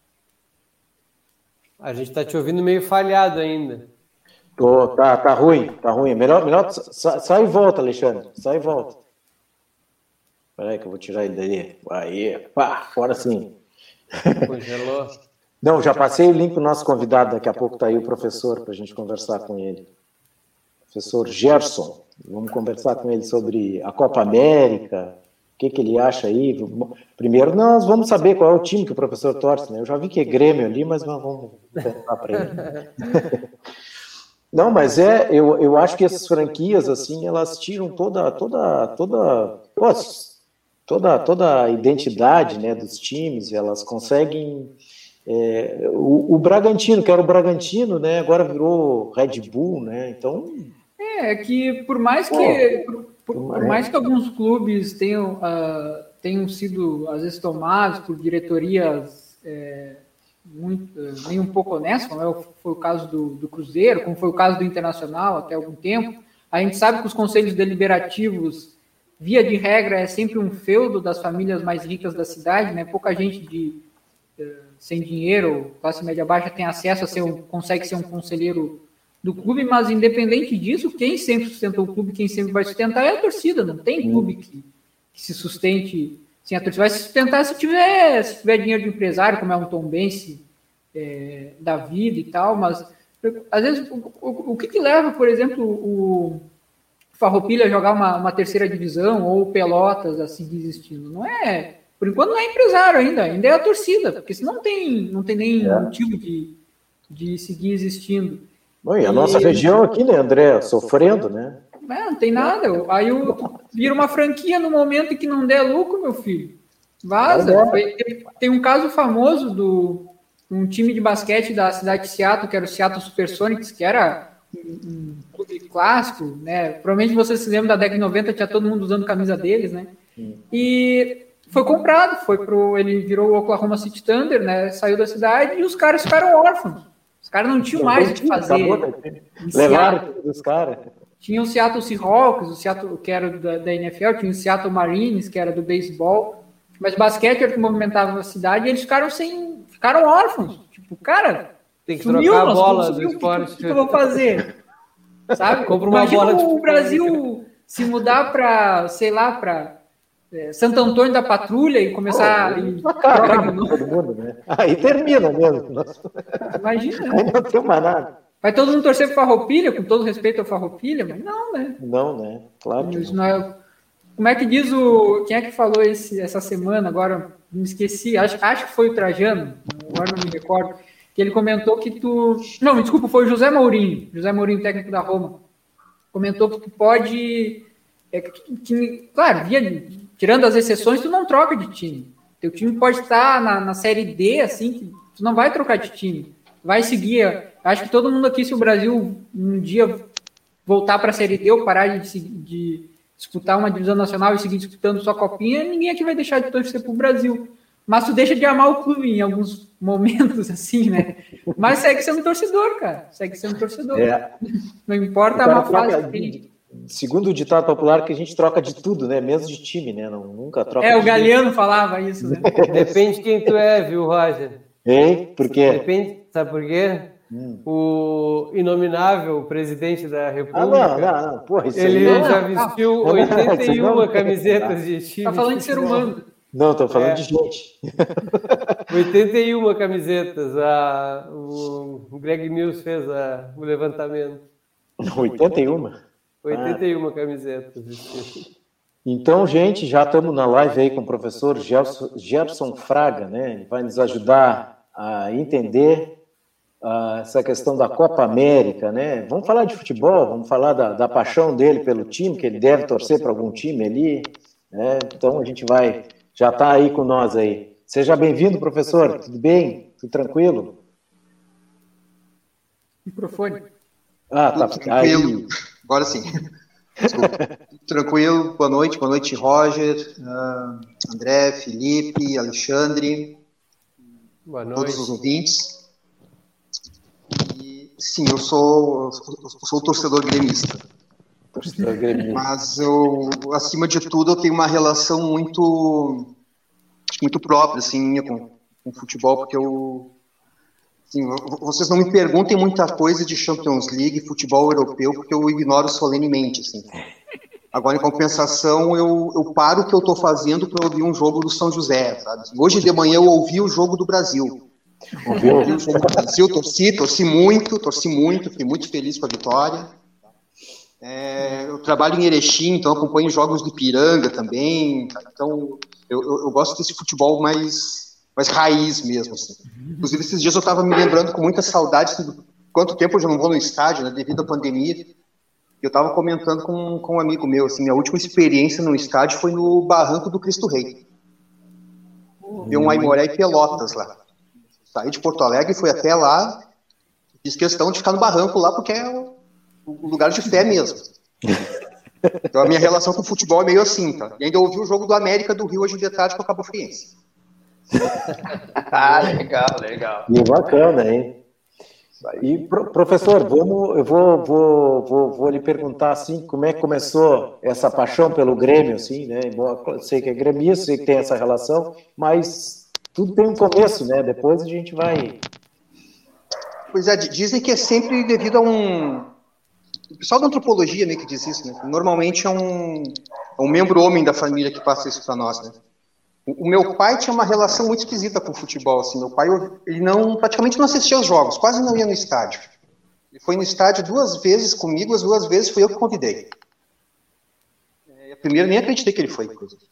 A gente está te ouvindo meio falhado ainda. Tá ruim. Melhor sai e volta, Alexandre. Sai e volta. Espera aí que eu vou tirar ele daí. Aí, pá, fora sim. Congelou. Não, já passei o link para o nosso convidado. Daqui a pouco está aí o professor para a gente conversar com ele. Professor Gerson. Vamos conversar com ele sobre a Copa América. O que ele acha aí? Primeiro nós vamos saber qual é o time que o professor torce, né? Eu já vi que é Grêmio ali, mas vamos perguntar para ele. Não, mas eu acho que essas franquias, assim, elas tiram toda a identidade, né, dos times, elas conseguem... o Bragantino, que era o Bragantino, né, agora virou Red Bull, né? Então... que por mais que... Por mais que alguns clubes tenham sido, às vezes, tomados por diretorias nem um pouco honestas, como foi o caso do Cruzeiro, como foi o caso do Internacional até algum tempo, a gente sabe que os conselhos deliberativos, via de regra, é sempre um feudo das famílias mais ricas da cidade, né? Pouca gente sem dinheiro, classe média baixa, tem acesso consegue ser um conselheiro do clube, mas independente disso, quem sempre sustentou o clube, quem sempre vai sustentar é a torcida. Não tem clube que se sustente sem a torcida. Vai se sustentar se tiver dinheiro de empresário, como é um Tombense da vida e tal, mas às vezes o que leva, por exemplo, o Farroupilha a jogar uma terceira divisão ou o Pelotas a seguir existindo? Não é, por enquanto não é empresário ainda é a torcida, porque senão não tem nem motivo de seguir existindo. Bom, e a nossa região aqui, né, André, sofrendo, né? Não tem nada. Aí vira uma franquia no momento em que não der lucro, meu filho. Vaza. Tem um caso famoso um time de basquete da cidade de Seattle, que era o Seattle Supersonics, que era um clube clássico, né? Provavelmente vocês se lembram da década de 90, tinha todo mundo usando camisa deles, né? E foi comprado, ele virou o Oklahoma City Thunder, né? Saiu da cidade e os caras ficaram órfãos. Os caras não tinham mais o que fazer. Levaram os caras. Tinha o Seattle Seahawks, o Seattle, que era da NFL, tinha o Seattle Marines, que era do beisebol, mas basquete era o que movimentava a cidade, e eles ficaram órfãos. Tipo, cara, tem que trocar a bola do esporte. O que eu vou fazer? Sabe? Compra uma bola de o Brasil se mudar para, sei lá, para Santo Antônio da Patrulha e começar todo mundo, né? Aí termina mesmo. Imagina. Aí não tem mais nada. Vai todo mundo torcer pro Farroupilha, com todo respeito ao Farroupilha, mas não, né? Não, né? Claro que isso não é. Como é que diz quem é que falou essa semana? Agora me esqueci. Acho que foi o Trajano. Agora não me recordo. Que ele comentou que não, desculpa, foi o José Mourinho, técnico da Roma. Comentou que tu pode. Claro, tirando as exceções, tu não troca de time. Teu time pode estar na Série D, assim, que tu não vai trocar de time. vai seguir. Acho que todo mundo aqui, se o Brasil um dia voltar para a Série D ou parar de disputar uma divisão nacional e seguir disputando só Copinha, ninguém aqui vai deixar de torcer para o Brasil. Mas tu deixa de amar o clube em alguns momentos, assim, né? Mas segue sendo torcedor, cara. Segue sendo torcedor. Não importa a má fase que tem. Segundo o ditado popular, que a gente troca de tudo, né? Menos de time, né? Nunca troca o Galeano falava isso, né? Depende de quem tu é, viu, Roger? Hein? Por quê? Depende, sabe por quê? O inominável presidente da República, não. Porra, isso ele aí já vestiu 81 camisetas de time. Tá falando de ser humano. Não, estou falando de gente. 81 camisetas. O Greg Mills fez o levantamento. 81? 81 camisetas. Então, gente, já estamos na live aí com o professor Gerson Fraga, né? Ele vai nos ajudar a entender essa questão da Copa América, né? Vamos falar de futebol, vamos falar da paixão dele pelo time, que ele deve torcer para algum time ali, né? Então, a gente já está aí com nós aí. Seja bem-vindo, professor. Tudo bem? Tudo tranquilo? Microfone. Tá. Tranquilo. Aí. Agora sim. Desculpa. Tranquilo. Boa noite, Roger, André, Felipe, Alexandre. Boa noite. Todos os ouvintes. E, sim, eu sou torcedor gremista. Mas acima de tudo, eu tenho uma relação muito própria, assim, minha com futebol, porque assim, vocês não me perguntem muita coisa de Champions League, futebol europeu, porque eu ignoro solenemente, assim. Agora, em compensação, eu paro o que eu estou fazendo para ouvir um jogo do São José, sabe? Hoje de manhã eu ouvi o jogo do Brasil. Ouvi o jogo do Brasil, torci muito, fiquei muito feliz com a vitória. Eu trabalho em Erechim, então acompanho jogos do Ipiranga também. Então, eu gosto desse futebol mais raiz mesmo. Assim. Inclusive, esses dias eu estava me lembrando com muita saudade do quanto tempo eu já não vou no estádio, né, devido à pandemia. Eu estava comentando com um amigo meu, assim, minha última experiência no estádio foi no Barranco do Cristo Rei. Vi um Aimoré e Pelotas lá. Saí de Porto Alegre, fui até lá, fiz questão de ficar no barranco lá, porque é o lugar de fé mesmo. Então a minha relação com o futebol é meio assim, tá? E ainda ouvi o jogo do América do Rio hoje de tarde com a Cabo Friense. Legal. E bacana, hein? E, professor, eu vou lhe perguntar, assim, como é que começou essa paixão pelo Grêmio, assim, né? Eu sei que é gremista, sei que tem essa relação, mas tudo tem um começo, né? Depois a gente vai... Pois é, dizem que é sempre devido a O pessoal da antropologia meio que diz isso, né? Normalmente é um membro homem da família que passa isso para nós, né? O meu pai tinha uma relação muito esquisita com o futebol, assim. Meu pai, ele praticamente não assistia aos jogos, quase não ia no estádio. Ele foi no estádio 2 vezes comigo, as 2 vezes fui eu que convidei. A primeira nem acreditei que ele foi, inclusive.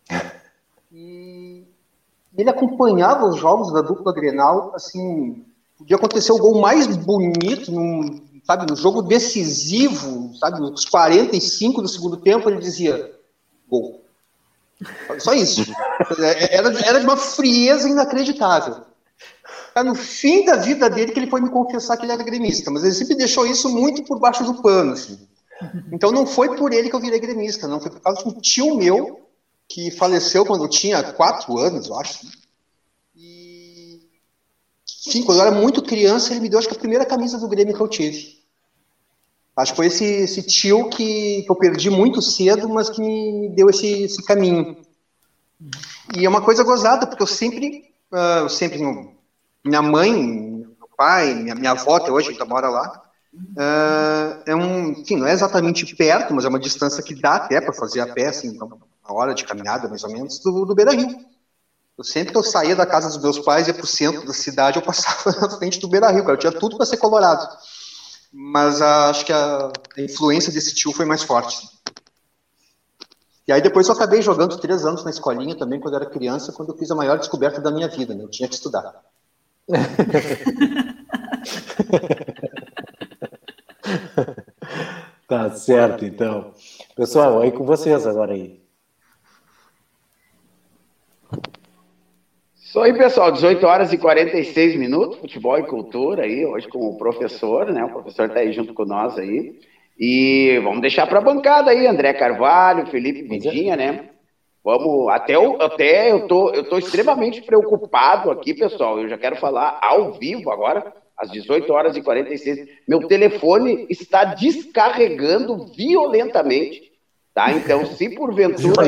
E ele acompanhava os jogos da dupla Grenal, assim, podia acontecer o gol mais bonito, no jogo decisivo, sabe, nos 45 do segundo tempo, ele dizia, gol. Só isso. Era de uma frieza inacreditável. No fim da vida dele que ele foi me confessar que ele era gremista, mas ele sempre deixou isso muito por baixo do pano, assim. Então não foi por ele que eu virei gremista, não, foi por causa de um tio meu que faleceu quando eu tinha 4 anos, eu acho. E, enfim, quando eu era muito criança, ele me deu, acho que a primeira camisa do Grêmio que eu tive. Acho que foi esse tio que eu perdi muito cedo, mas que me deu esse caminho. E é uma coisa gozada, porque eu sempre minha mãe, meu pai, minha avó até hoje, ainda mora lá, enfim, não é exatamente perto, mas é uma distância que dá até para fazer a pé, assim, então, uma hora de caminhada, mais ou menos, do Beira-Rio. Sempre que eu saía da casa dos meus pais e ia para o centro da cidade, eu passava na frente do Beira-Rio, cara, eu tinha tudo para ser colorado. Mas acho que a influência desse tio foi mais forte. E aí depois eu acabei jogando 3 anos na escolinha também, quando eu era criança, quando eu fiz a maior descoberta da minha vida, né? Eu tinha que estudar. Tá certo, então. Pessoal, aí com vocês agora aí. Isso aí, pessoal, 18 horas e 46 minutos, futebol e cultura aí, hoje com o professor, né? O professor tá aí junto com nós aí. E vamos deixar para a bancada aí, André Carvalho, Felipe Vidinha, né? Vamos, eu tô extremamente preocupado aqui, pessoal. Eu já quero falar ao vivo agora, às 18 horas e 46. Meu telefone está descarregando violentamente. Tá? Então, se porventura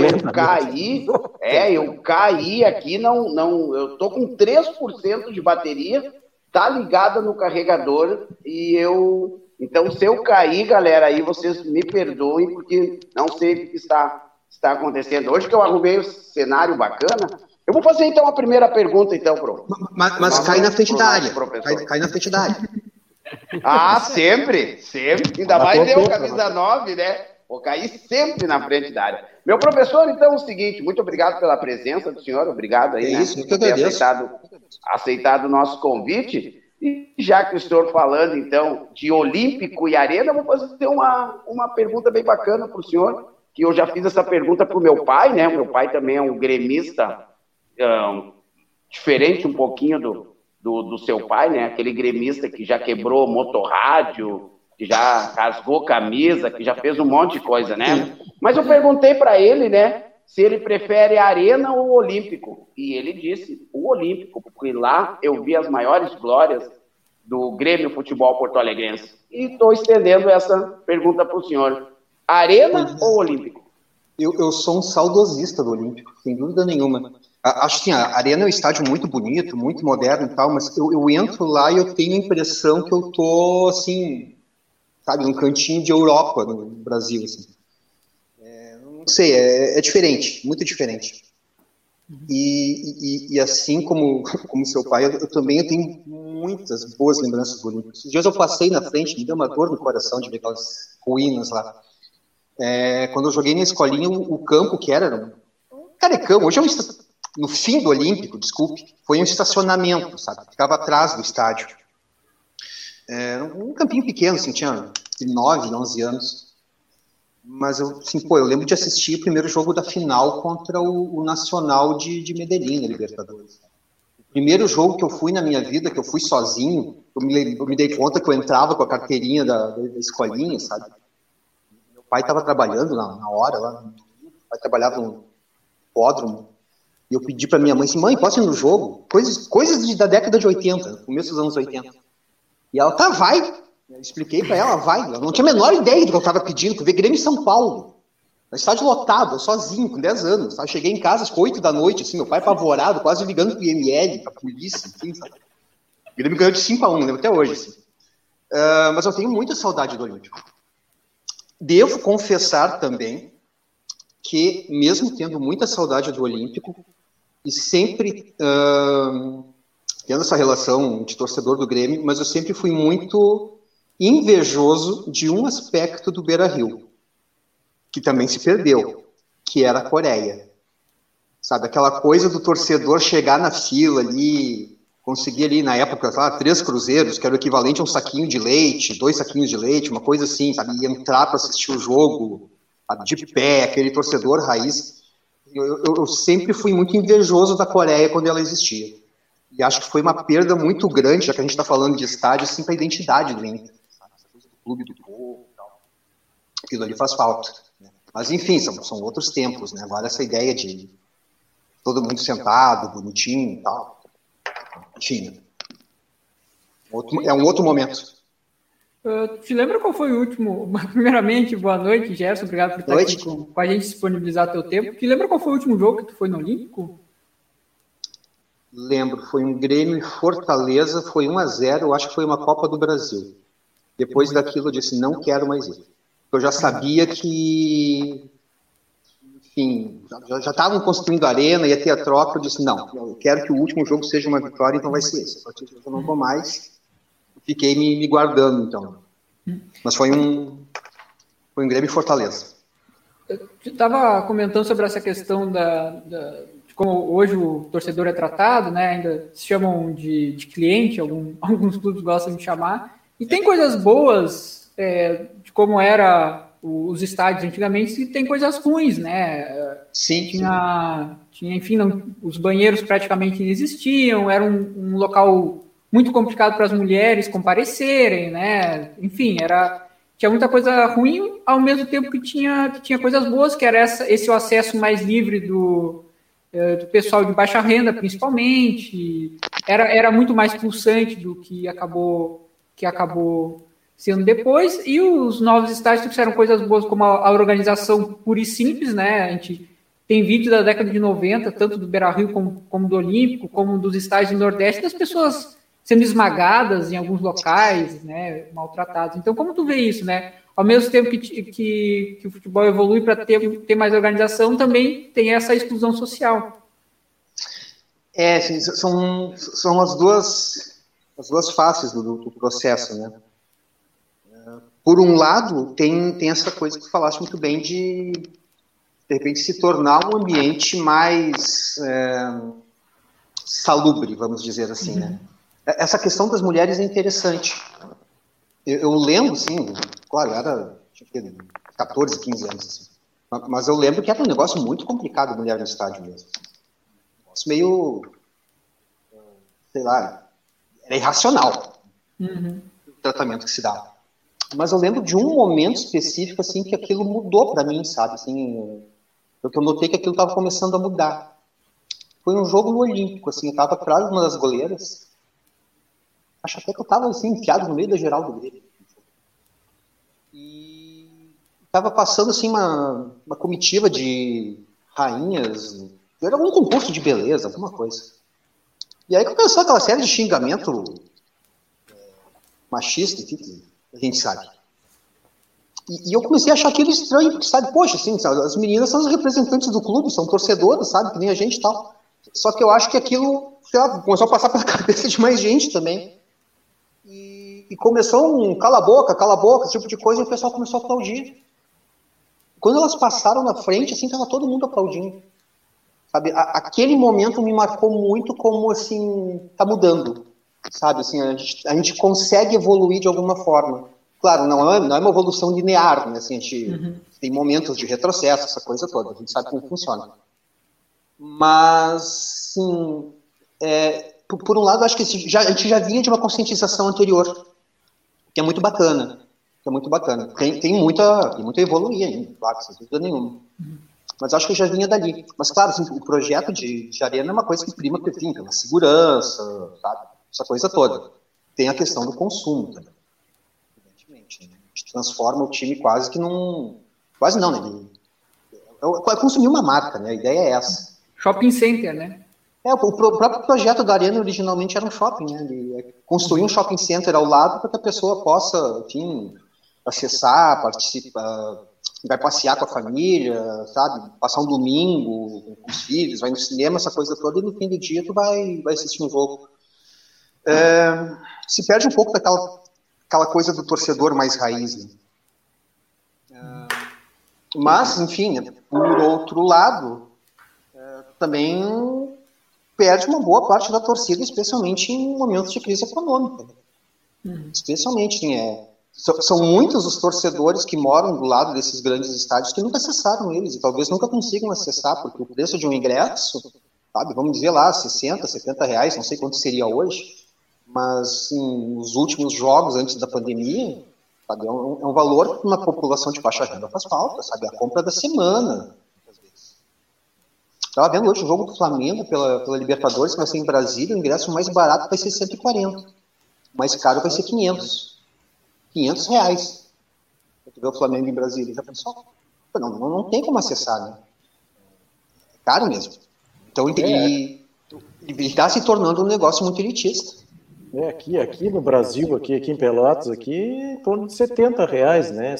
eu cair aqui, eu tô com 3% de bateria, tá ligada no carregador então, se eu cair, galera, aí vocês me perdoem, porque não sei o que está acontecendo. Hoje que eu arrumei o cenário bacana, eu vou fazer então a primeira pergunta, então, pro. Mas cai na frente da área. Cai na frente da área. Ah, sempre. Ainda mais eu, camisa 9, né? Vou cair sempre na frente da área. Meu professor, então, é o seguinte, muito obrigado pela presença do senhor, obrigado aí, né, por ter aceitado o nosso convite. E já que o senhor falando, então, de Olímpico e Arena, eu vou fazer uma pergunta bem bacana para o senhor, que eu já fiz essa pergunta para o meu pai, né? O meu pai também é um gremista diferente um pouquinho do seu pai, né? Aquele gremista que já quebrou motorrádio, que já rasgou camisa, que já fez um monte de coisa, né? Mas eu perguntei para ele, né, se ele prefere a Arena ou o Olímpico. E ele disse o Olímpico, porque lá eu vi as maiores glórias do Grêmio Futebol Porto Alegrense. E estou estendendo essa pergunta para o senhor. Arena ou Olímpico? Eu sou um saudosista do Olímpico, sem dúvida nenhuma. Acho que a Arena é um estádio muito bonito, muito moderno e tal, mas eu entro lá e eu tenho a impressão que eu tô, assim, sabe, num cantinho de Europa, no Brasil, assim. Não sei, é diferente, muito diferente. E assim como seu pai, eu também tenho muitas boas lembranças do Olímpico. Esses dias eu passei na frente, me deu uma dor no coração de ver aquelas ruínas lá. Quando eu joguei na escolinha, o campo que era um carecão, hoje no fim do Olímpico, desculpe, foi um estacionamento, sabe? Ficava atrás do estádio. Um campinho pequeno, assim, tinha 9, 11 anos. Mas eu lembro de assistir o primeiro jogo da final contra o Nacional de Medellín, na Libertadores. O primeiro jogo que eu fui na minha vida, que eu fui sozinho, eu me dei conta que eu entrava com a carteirinha da escolinha, sabe? Meu pai estava trabalhando na hora lá, meu pai trabalhava no hipódromo, e eu pedi para minha mãe assim, mãe, posso ir no jogo? Coisas da década de 80, começo dos anos 80. E ela, tá, vai. Eu expliquei para ela, vai. Ela não tinha a menor ideia do que eu estava pedindo, que eu vi Grêmio em São Paulo. No estádio lotado, eu sozinho, com 10 anos. Sabe? Cheguei em casa às 8 da noite, assim, meu pai apavorado, quase ligando pro IML, pra polícia, assim, sabe? O Grêmio ganhou de 5-1, lembro até hoje, assim. Mas eu tenho muita saudade do Olímpico. Devo confessar também que, mesmo tendo muita saudade do Olímpico, e sempre tendo essa relação de torcedor do Grêmio, mas eu sempre fui muito invejoso de um aspecto do Beira-Rio, que também se perdeu, que era a Coreia. Sabe, aquela coisa do torcedor chegar na fila ali, conseguir ali, na época, 3 cruzeiros, que era o equivalente a um saquinho de leite, 2 saquinhos de leite, uma coisa assim, sabe, e entrar para assistir o jogo, sabe, de pé, aquele torcedor raiz. Eu sempre fui muito invejoso da Coreia quando ela existia. E acho que foi uma perda muito grande, já que a gente está falando de estádio, assim, para a identidade do Inter. Essa coisa do clube do povo e tal. Aquilo ali faz falta. Né? Mas, enfim, são outros tempos. Né? Agora, essa ideia de todo mundo sentado, bonitinho e tal. Enfim. É um outro momento. Te lembra qual foi o último? Primeiramente, boa noite, Gerson. Obrigado por estar aqui com a gente, disponibilizar teu tempo. Te lembra qual foi o último jogo que tu foi no Olímpico? Lembro, foi um Grêmio e Fortaleza, foi 1-0, eu acho que foi uma Copa do Brasil. Depois daquilo eu disse, não quero mais ir. Eu já sabia que, enfim, já estavam construindo a arena, ia ter a troca, eu disse, não, eu quero que o último jogo seja uma vitória, então vai ser esse. A partir disso eu não vou mais, fiquei me guardando, então. Mas foi um Grêmio e Fortaleza. Eu estava comentando sobre essa questão de como hoje o torcedor é tratado, né? Ainda se chamam de cliente, alguns clubes gostam de chamar. E tem coisas boas de como era os estádios antigamente tem coisas ruins, né? Sim. Tinha enfim, os banheiros praticamente não existiam, era um local muito complicado para as mulheres comparecerem, né? Enfim, tinha muita coisa ruim, ao mesmo tempo que tinha coisas boas, que era esse o acesso mais livre do pessoal de baixa renda, principalmente. Era muito mais pulsante do que acabou sendo depois, e os novos estádios trouxeram coisas boas, como a organização pura e simples, né? A gente tem vídeo da década de 90, tanto do Beira-Rio como do Olímpico, como dos estádios do Nordeste, das pessoas sendo esmagadas em alguns locais, né, maltratadas. Então, como tu vê isso, né? Ao mesmo tempo que o futebol evolui para ter mais organização, também tem essa exclusão social. Sim, são as duas faces do processo, né? Por um lado, tem essa coisa que tu falaste muito bem de repente se tornar um ambiente mais salubre, vamos dizer assim, né? Essa questão das mulheres é interessante. Eu lembro, sim, claro, tinha 14, 15 anos, assim, mas eu lembro que era um negócio muito complicado, mulher no estádio mesmo. Um negócio meio, sei lá, era irracional o tratamento que se dava. Mas eu lembro de um momento específico, assim, que aquilo mudou para mim, sabe? Assim, porque eu notei que aquilo estava começando a mudar. Foi um jogo no Olímpico, assim, eu estava atrás de uma das goleiras. Acho até que eu estava, assim, enfiado no meio da geral do Grêmio. E estava passando, assim, uma comitiva de rainhas. Era algum concurso de beleza, alguma coisa. E aí começou aquela série de xingamento machista, enfim, a gente sabe. E eu comecei a achar aquilo estranho, porque, sabe, poxa, assim, sabe, as meninas são as representantes do clube, são torcedoras, sabe, que nem a gente e tal. Só que eu acho que aquilo, sei lá, começou a passar pela cabeça de mais gente também. E começou um cala a boca, esse tipo de coisa, e o pessoal começou a aplaudir. Quando elas passaram na frente, assim, tava todo mundo aplaudindo. Sabe, aquele momento me marcou muito como, assim, tá mudando. Sabe, assim, a gente consegue evoluir de alguma forma. Claro, não é uma evolução linear, né? Assim, a gente tem momentos de retrocesso, essa coisa toda, a gente sabe como funciona. Mas, sim, por um lado, acho que a gente já vinha de uma conscientização anterior, que é muito bacana. Tem muito a evoluir ainda, claro, sem dúvida nenhuma. Mas acho que já vinha dali. Mas, claro, assim, o projeto de arena é uma coisa que prima pela segurança, sabe? Essa coisa toda. Tem a questão do consumo também. Evidentemente. Né? A gente transforma o time quase que num... Quase não, né? É consumir uma marca, né? A ideia é essa. Shopping center, né? O próprio projeto da arena originalmente era um shopping, né? Ele construir um shopping center ao lado para que a pessoa possa, enfim, acessar, participar, vai passear com a família, sabe? Passar um domingo com os filhos, vai no cinema, essa coisa toda, e no fim do dia tu vai assistir um jogo. Se perde um pouco daquela coisa do torcedor mais raiz, né? Mas, enfim, por outro lado, também perde uma boa parte da torcida, especialmente em momentos de crise econômica. Especialmente, são muitos os torcedores que moram do lado desses grandes estádios que nunca acessaram eles, e talvez nunca consigam acessar, porque o preço de um ingresso, sabe, vamos dizer lá, 60, 70 reais, não sei quanto seria hoje, mas assim, os últimos jogos antes da pandemia, sabe, é um valor que uma população de baixa renda faz falta, sabe, a compra da semana. Estava vendo hoje o jogo do Flamengo pela Libertadores, que vai ser em Brasília, o ingresso mais barato vai ser 140, o mais caro vai ser 500 reais. Para ver o Flamengo em Brasília, já pensou? Não tem como acessar, né? É caro mesmo. Então, ele está se tornando um negócio muito elitista. Aqui no Brasil, aqui em Pelotas, aqui em torno de 70 reais, né?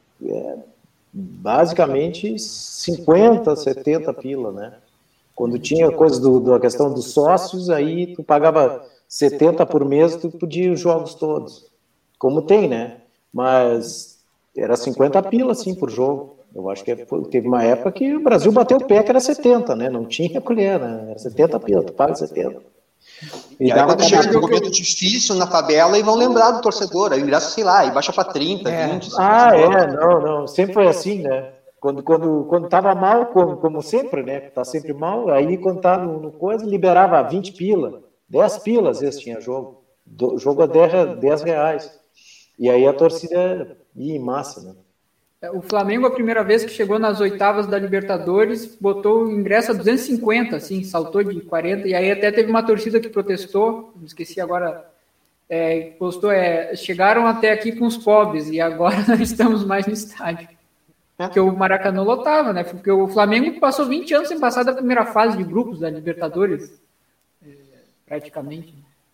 Basicamente 50, 70 pila, né? Quando tinha coisa da questão dos sócios, aí tu pagava 70 por mês, tu podia ir os jogos todos. Como tem, né? Mas era 50 pila, assim, por jogo. Eu acho que teve uma época que o Brasil bateu o pé que era 70, né? Não tinha colher, né? Era 70 pila, tu paga 70. E aí quando chega um momento difícil na tabela, e vão lembrar do torcedor, aí o ingresso, sei lá, e baixa para 30, 20. Não, sempre foi assim, né? Quando tava mal, como sempre, né? Tá sempre mal, aí quando tava no coisa, liberava 20 pila, 10 pilas, às vezes tinha jogo. Jogo a 10 reais. E aí a torcida ia em massa, né? O Flamengo, a primeira vez que chegou nas oitavas da Libertadores, botou o ingresso a 250, assim, saltou de 40, e aí até teve uma torcida que protestou, me esqueci agora, postou, chegaram até aqui com os pobres, e agora não estamos mais no estádio. Porque o Maracanã lotava, né? Porque o Flamengo passou 20 anos sem passar da primeira fase de grupos da Libertadores, praticamente.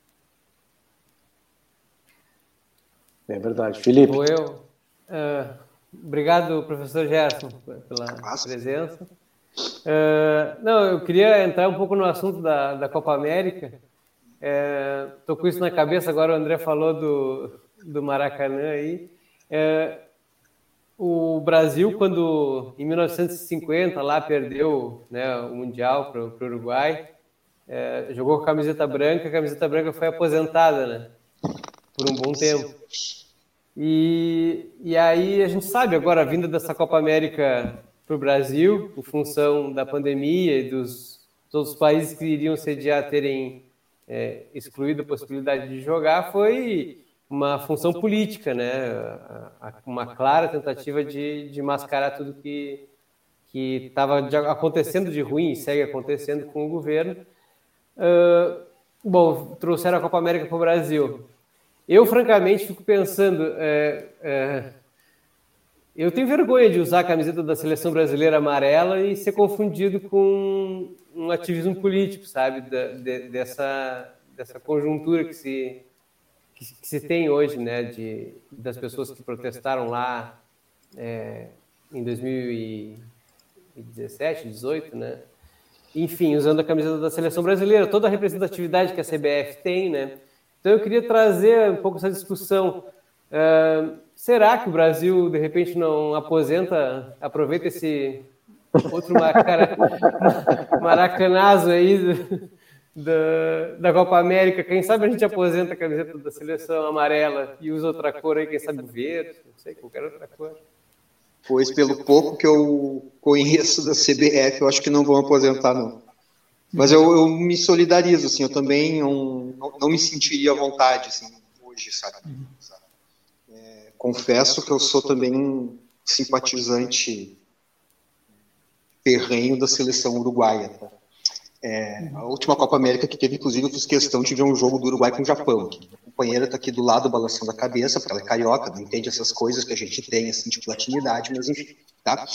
É verdade. Felipe. Obrigado, professor Gerson, pela presença. Eu queria entrar um pouco no assunto da Copa América. Estou com isso na cabeça, agora o André falou do Maracanã aí. O Brasil, quando em 1950 lá perdeu, né, o Mundial para o Uruguai, jogou com a camiseta branca foi aposentada, né, por um bom tempo. E aí a gente sabe agora a vinda dessa Copa América para o Brasil, em função da pandemia e todos os países que iriam sediar terem excluído a possibilidade de jogar, foi uma função política, né? Uma clara tentativa de mascarar tudo que estava acontecendo de ruim e segue acontecendo com o governo. Trouxeram a Copa América para o Brasil. Eu, francamente, fico pensando... eu tenho vergonha de usar a camiseta da seleção brasileira amarela e ser confundido com um ativismo político, sabe? Dessa conjuntura que se tem hoje, né? Das pessoas que protestaram lá em 2017, 2018, né? Enfim, usando a camiseta da seleção brasileira, toda a representatividade que a CBF tem, né? Então eu queria trazer um pouco essa discussão. Será que o Brasil, de repente, não aproveita esse outro maracanazo aí da Copa América? Quem sabe a gente aposenta a camiseta da seleção amarela e usa outra cor aí, quem sabe verde, não sei, qualquer outra cor. Pois pelo pouco que eu conheço da CBF, eu acho que não vão aposentar, não. Mas eu me solidarizo, assim, eu também não me sentiria à vontade, assim, hoje, sabe? Confesso que eu sou também simpatizante ferrenho da seleção uruguaia. Tá? A última Copa América que teve, inclusive, eu fiz questão de ver um jogo do Uruguai com o Japão. A companheira está aqui do lado, balançando a cabeça, porque ela é carioca, não entende essas coisas que a gente tem, assim, de latinidade, mas enfim, tá?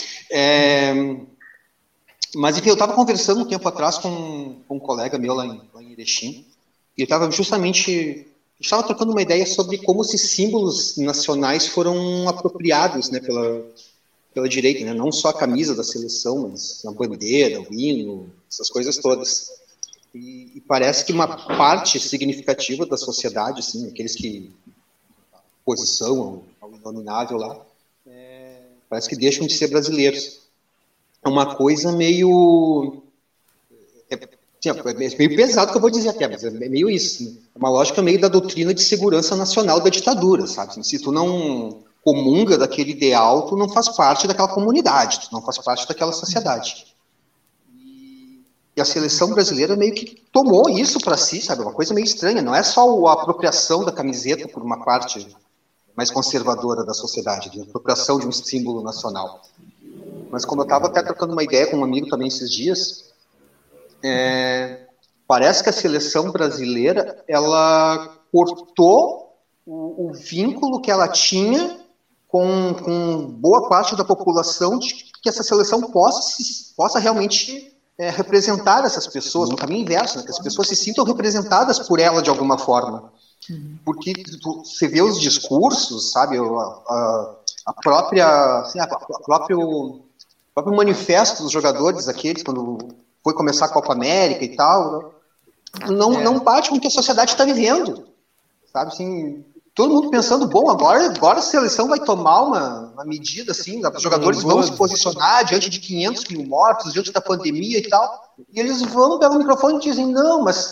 Mas, enfim, eu estava conversando um tempo atrás com um colega meu lá em Erechim, e eu estava justamente... A gente estava trocando uma ideia sobre como esses símbolos nacionais foram apropriados, né, pela direita, né? Não só a camisa da seleção, mas a bandeira, o hino, essas coisas todas. E parece que uma parte significativa da sociedade, assim, aqueles que oposição ao inominável lá, parece que deixam de ser brasileiros. É uma coisa meio... É meio pesado que eu vou dizer até, mas é meio isso. Né? É uma lógica meio da doutrina de segurança nacional da ditadura, sabe? Se tu não comunga daquele ideal, tu não faz parte daquela comunidade, tu não faz parte daquela sociedade. E a seleção brasileira meio que tomou isso para si, sabe? Uma coisa meio estranha. Não é só a apropriação da camiseta por uma parte mais conservadora da sociedade, a apropriação de um símbolo nacional. Mas como eu estava até trocando uma ideia com um amigo também esses dias... parece que a seleção brasileira ela cortou o vínculo que ela tinha com boa parte da população de que essa seleção possa realmente representar essas pessoas, no caminho inverso, né, que as pessoas se sintam representadas por ela de alguma forma. Porque você vê os discursos, sabe, o próprio manifesto dos jogadores, aqueles, quando foi começar a Copa América e tal, não bate com o que a sociedade está vivendo, sabe, assim, todo mundo pensando, bom, agora a seleção vai tomar uma medida, assim, os jogadores vão se posicionar diante de 500 mil mortos, diante da pandemia e tal, e eles vão, pegam o microfone e dizem, não, mas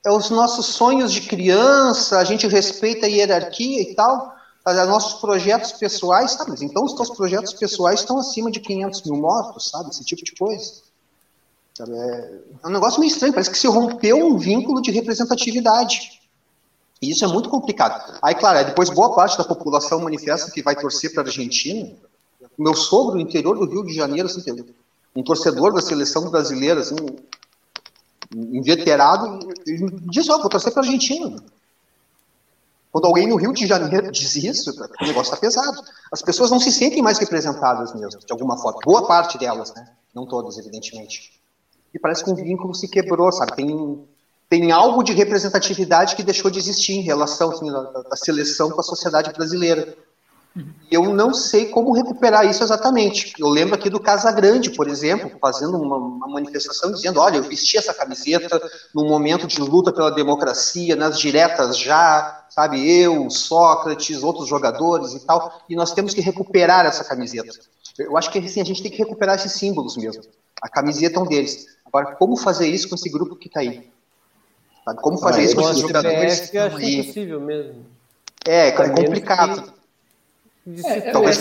os nossos sonhos de criança, a gente respeita a hierarquia e tal, nossos projetos pessoais, sabe? Então os teus projetos pessoais estão acima de 500 mil mortos, sabe? Esse tipo de coisa. Sabe? É um negócio meio estranho, parece que se rompeu um vínculo de representatividade. E isso é muito complicado. Aí, claro, depois boa parte da população manifesta que vai torcer para a Argentina. Meu sogro, no interior do Rio de Janeiro, assim, um torcedor da seleção brasileira, assim, inveterado, ele me diz, vou torcer para a Argentina. Quando alguém no Rio de Janeiro diz isso, o negócio está pesado. As pessoas não se sentem mais representadas mesmo, de alguma forma. Boa parte delas, né? Não todas, evidentemente. E parece que um vínculo se quebrou, sabe? Tem algo de representatividade que deixou de existir em relação assim, da seleção com a sociedade brasileira. E eu não sei como recuperar isso exatamente. Eu lembro aqui do Casagrande, por exemplo, fazendo uma manifestação dizendo, olha, eu vesti essa camiseta num momento de luta pela democracia, nas diretas já, sabe, eu, Sócrates, outros jogadores e tal, e nós temos que recuperar essa camiseta. Eu acho que assim, a gente tem que recuperar esses símbolos mesmo. A camiseta é um deles. Agora, como fazer isso com esse grupo que está aí? Sabe? Como fazer isso com esses jogadores que estão aí? É impossível mesmo. É complicado. Talvez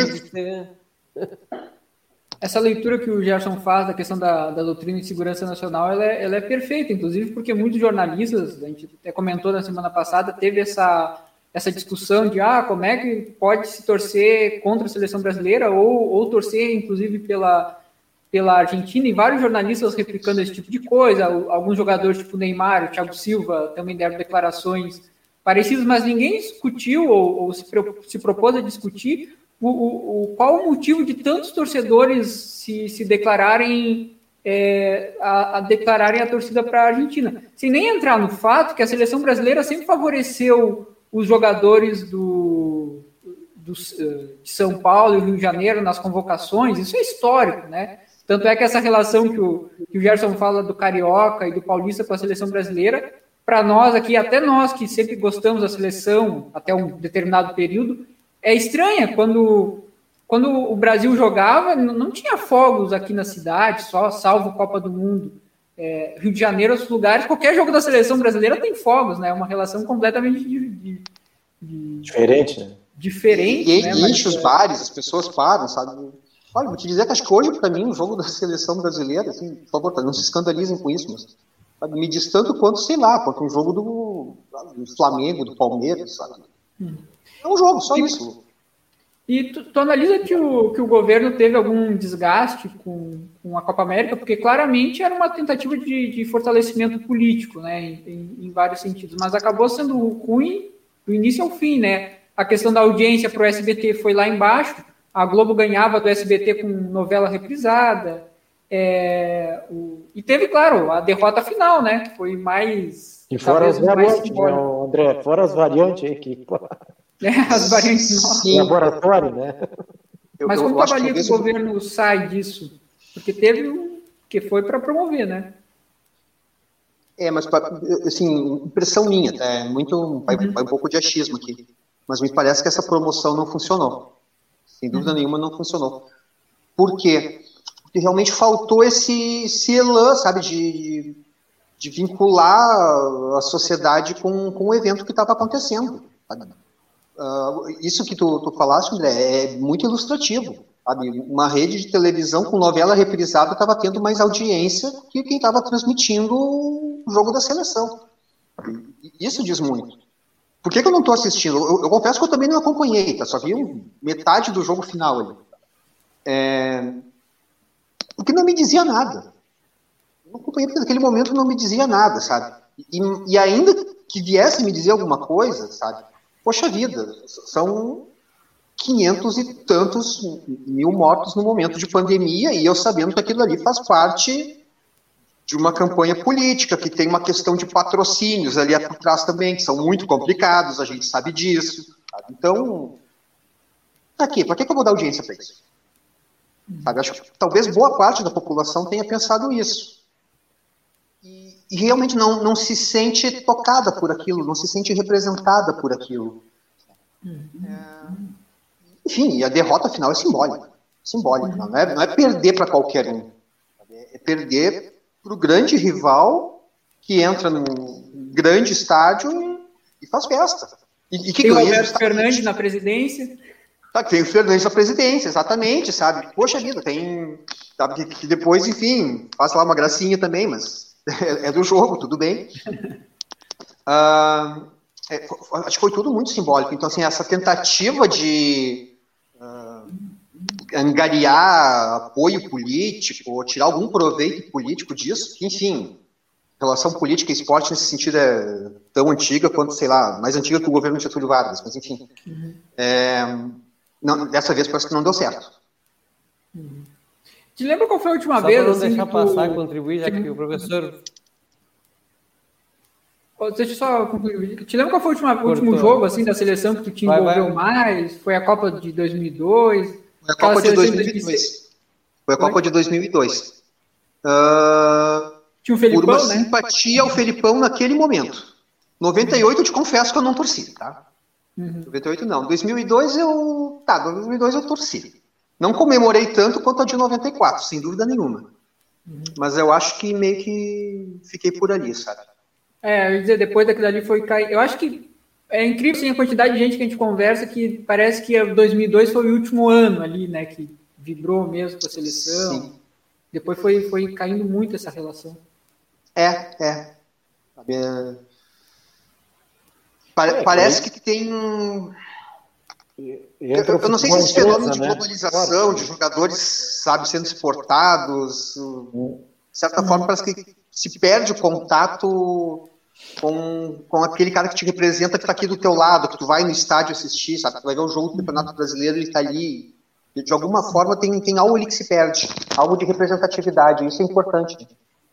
essa leitura que o Gerson faz da questão da doutrina de segurança nacional, ela é perfeita, inclusive porque muitos jornalistas, a gente até comentou na semana passada, teve essa discussão de como é que pode se torcer contra a seleção brasileira ou torcer, inclusive, pela Argentina, e vários jornalistas replicando esse tipo de coisa. Alguns jogadores, tipo o Neymar, o Thiago Silva, também deram declarações parecidos, mas ninguém discutiu ou se propôs a discutir qual o motivo de tantos torcedores se declararem a declararem a torcida para a Argentina, sem nem entrar no fato que a seleção brasileira sempre favoreceu os jogadores de São Paulo e Rio de Janeiro nas convocações. Isso é histórico, né? Tanto é que essa relação que o Gerson fala do Carioca e do Paulista com a seleção brasileira, para nós aqui, até nós que sempre gostamos da seleção até um determinado período, é estranha. Quando o Brasil jogava, não tinha fogos aqui na cidade, salvo Copa do Mundo. Rio de Janeiro, outros lugares, qualquer jogo da seleção brasileira tem fogos, né? É uma relação completamente diferente, né? Diferente, e né? Enche os bares, as pessoas param, sabe? Olha, vou te dizer que acho que hoje, para mim, o jogo da seleção brasileira, assim, por favor, não se escandalizem com isso, mas sabe, me diz tanto quanto, sei lá, quanto um jogo do Flamengo, do Palmeiras, sabe? É um jogo, só isso. E tu analisa que o governo teve algum desgaste com a Copa América, porque claramente era uma tentativa de fortalecimento político, né, em vários sentidos, mas acabou sendo ruim do início ao fim, né? A questão da audiência para o SBT foi lá embaixo, a Globo ganhava do SBT com novela reprisada, e teve, claro, a derrota final, né, que foi mais... E fora as variantes, né, André? Fora as variantes aí que... as variantes novas. Laboratório, né? Mas como avalia que o governo sai disso? Porque teve que foi para promover, né? Mas, assim, impressão minha, vai um pouco de achismo aqui, mas me parece que essa promoção não funcionou. Sem dúvida nenhuma não funcionou. Por quê? Porque realmente faltou esse elan, sabe, de vincular a sociedade com o evento que estava acontecendo. Sabe? Isso que tu falaste, André, é muito ilustrativo. Sabe? Uma rede de televisão com novela reprisada estava tendo mais audiência que quem estava transmitindo o jogo da seleção. Isso diz muito. Por que eu não estou assistindo? Eu confesso que eu também não acompanhei, tá? Só vi metade do jogo final ali. Porque não me dizia nada. Eu não acompanhei porque naquele momento não me dizia nada, sabe? E ainda que viesse me dizer alguma coisa, sabe? Poxa vida, são 500 e tantos mil mortos no momento de pandemia, e eu sabendo que aquilo ali faz parte de uma campanha política, que tem uma questão de patrocínios ali por trás também, que são muito complicados, a gente sabe disso. Sabe? Então, para quê? Para que eu vou dar audiência para isso? Sabe? Acho que talvez boa parte da população tenha pensado isso. E realmente não se sente tocada por aquilo, não se sente representada por aquilo. Enfim, e a derrota final é simbólica. Não é perder para qualquer um. É perder para o grande rival que entra num grande estádio e faz festa. E que tem o ganha Alberto Fernandes na presidência. Tem o Fernandes na presidência, exatamente, sabe? Poxa vida, tem... Sabe, que depois, enfim, faz lá uma gracinha também, mas é do jogo, tudo bem. Acho que foi tudo muito simbólico. Então, assim, essa tentativa de angariar apoio político, ou tirar algum proveito político disso, que, enfim, relação política e esporte nesse sentido é tão antiga quanto, sei lá, mais antiga que o governo de Getúlio Vargas, mas, enfim. Não, dessa vez parece que não deu certo. Te lembra qual foi a última Só vez? Para não assim, deixar passar e contribuir, já que o professor... Deixa eu só concluir. Te lembra qual foi o último jogo assim, da seleção que tu te envolveu mais? Foi a Copa de 2002? Foi a Copa de 2002. Foi a Copa de 2002. Tinha o Felipão, por uma né? simpatia ao Felipão naquele momento. 98 eu te confesso que eu não torci, tá? 98 não. 2002 eu torci. Não comemorei tanto quanto a de 94, sem dúvida nenhuma. Mas eu acho que meio que fiquei por ali, sabe? Eu ia dizer, depois daquilo ali foi cair. Eu acho que é incrível assim, a quantidade de gente que a gente conversa que parece que 2002 foi o último ano ali, né? Que vibrou mesmo com a seleção. Sim. Depois foi caindo muito essa relação. Parece que tem... Eu não sei se esse fenômeno de globalização, de jogadores, sabe, sendo exportados, de certa forma parece que se perde o contato com aquele cara que te representa, que está aqui do teu lado, que tu vai no estádio assistir, sabe, tu vai ver o jogo do Campeonato Brasileiro, ele está ali, e de alguma forma tem algo ali que se perde, algo de representatividade, isso é importante.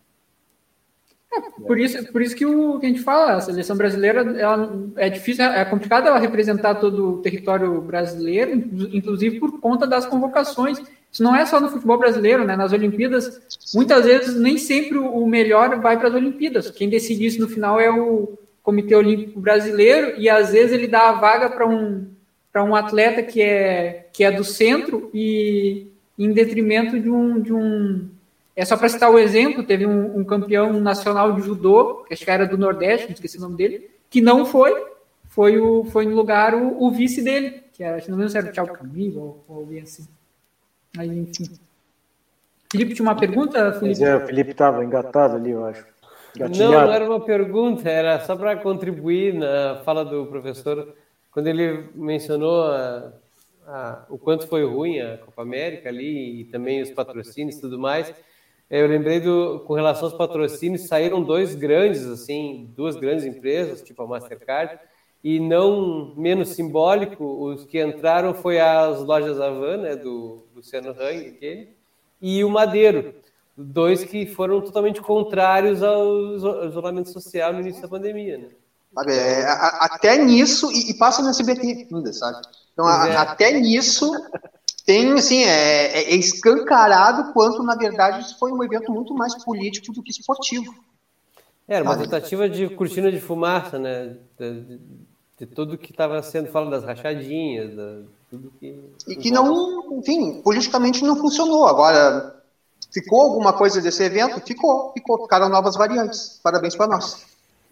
Por isso que a gente fala, a seleção brasileira ela é difícil, é complicado ela representar todo o território brasileiro, inclusive por conta das convocações. Isso não é só no futebol brasileiro, né? Nas Olimpíadas, muitas vezes nem sempre o melhor vai para as Olimpíadas. Quem decide isso no final é o Comitê Olímpico Brasileiro e às vezes ele dá a vaga para um atleta que é do centro e em detrimento de um É só para citar o exemplo, teve um campeão nacional de judô, que acho que era do Nordeste, não esqueci o nome dele, que não foi no lugar o vice dele, que era, não lembro se era o Thiago Camilo ou alguém assim. Aí, enfim. Felipe, tinha uma pergunta, Felipe? O Felipe estava engatado ali, eu acho. Não era uma pergunta, era só para contribuir na fala do professor, quando ele mencionou o quanto foi ruim a Copa América ali, e também os patrocínios e tudo mais. Eu lembrei com relação aos patrocínios, saíram duas grandes empresas, tipo a Mastercard, e não menos simbólico, os que entraram foi as lojas Havan, né, do Luciano Hang, e o Madeiro, dois que foram totalmente contrários ao isolamento social no início da pandemia, né? Até nisso, e passa no SBT ainda, sabe? Então, até nisso... Tem, assim, é escancarado quanto, na verdade, isso foi um evento muito mais político do que esportivo. Era uma tentativa de cortina de fumaça, né? De tudo que estava sendo falado, das rachadinhas, tudo que... E que não, enfim, politicamente não funcionou. Agora, ficou alguma coisa desse evento? Ficaram novas variantes. Parabéns para nós.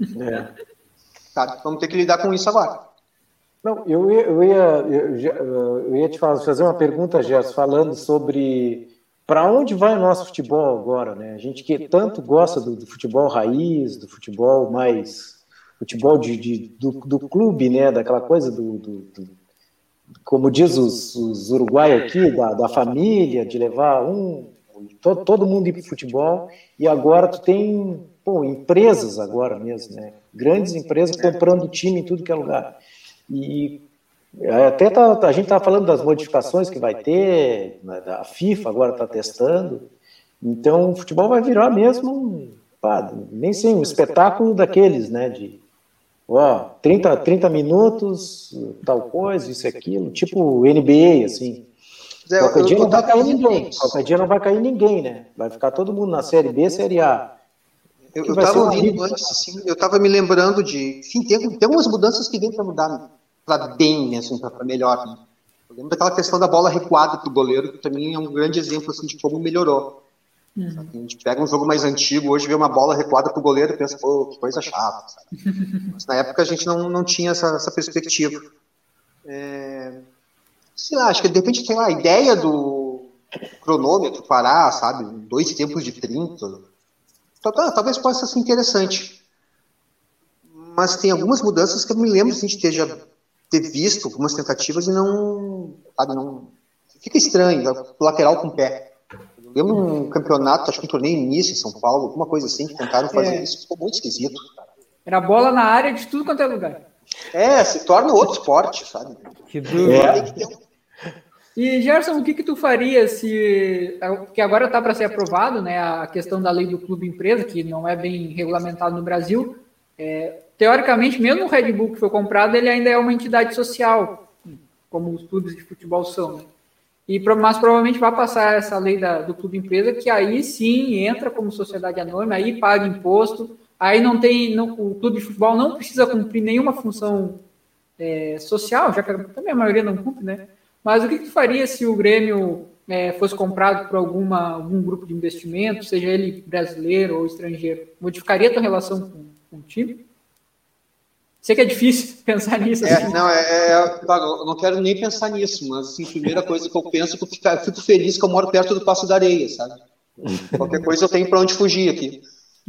Sabe? Vamos ter que lidar com isso agora. Não, eu ia te fazer uma pergunta, Gerson, falando sobre para onde vai o nosso futebol agora, né? A gente que tanto gosta do futebol raiz, do futebol mais... futebol do clube, né? Daquela coisa como diz os uruguaios aqui, da família, de levar todo mundo ir para o futebol, e agora tu tem empresas agora mesmo, né? Grandes empresas comprando time em tudo que é lugar. E até a gente está falando das modificações que vai ter, né, a FIFA agora está testando, então o futebol vai virar mesmo, nem sei, um espetáculo daqueles, né, de 30 minutos, tal coisa, isso e aquilo, tipo NBA, assim. Qualquer dia não vai cair ninguém, né, vai ficar todo mundo na Série B, Série A. Eu estava ouvindo antes, assim, eu estava me lembrando enfim, tem algumas mudanças que vêm para mudar, para bem, assim, para melhor. Né? Eu lembro daquela questão da bola recuada para o goleiro, que também é um grande exemplo assim, de como melhorou. A gente pega um jogo mais antigo, hoje vê uma bola recuada pro goleiro e pensa, pô, que coisa chata, sabe? Mas na época a gente não tinha essa perspectiva. Sei lá, acho que de repente tem a ideia do cronômetro parar, sabe? 2 tempos de 30. Talvez possa ser interessante. Mas tem algumas mudanças que eu me lembro assim, de ter visto algumas tentativas e não, sabe, não... Fica estranho, lateral com o pé. Eu lembro um campeonato, acho que um torneio início em São Paulo, alguma coisa assim, que tentaram fazer isso, ficou muito esquisito. Era bola na área de tudo quanto é lugar. Se torna outro esporte, sabe? Que dúvida. E, Gerson, o que tu faria se... Porque agora está para ser aprovado, né, a questão da lei do clube empresa, que não é bem regulamentado no Brasil. Teoricamente, mesmo o Red Bull que foi comprado, ele ainda é uma entidade social, como os clubes de futebol são, né? Mas provavelmente vai passar essa lei do clube empresa, que aí sim entra como sociedade anônima, aí paga imposto, aí o clube de futebol não precisa cumprir nenhuma função social, já que também a maioria não cumpre, né? Mas o que tu faria se o Grêmio fosse comprado por algum grupo de investimento, seja ele brasileiro ou estrangeiro? Modificaria a tua relação com o time? Sei que é difícil pensar nisso. Eu não quero nem pensar nisso, mas assim, a primeira coisa que eu penso é que eu fico feliz que eu moro perto do Paço da Areia, sabe? Qualquer coisa eu tenho para onde fugir aqui.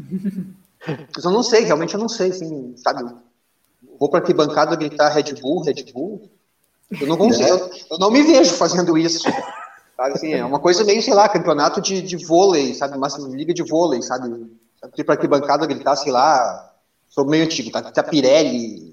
Mas eu não sei, realmente eu não sei, assim, sabe? Vou para arquibancada gritar Red Bull. Eu não consigo, eu não me vejo fazendo isso. Sabe, assim, é uma coisa meio, sei lá, campeonato de vôlei, sabe? Uma liga de vôlei, sabe? Ir para arquibancada gritar, sei lá. Sou meio antigo, tá Pirelli,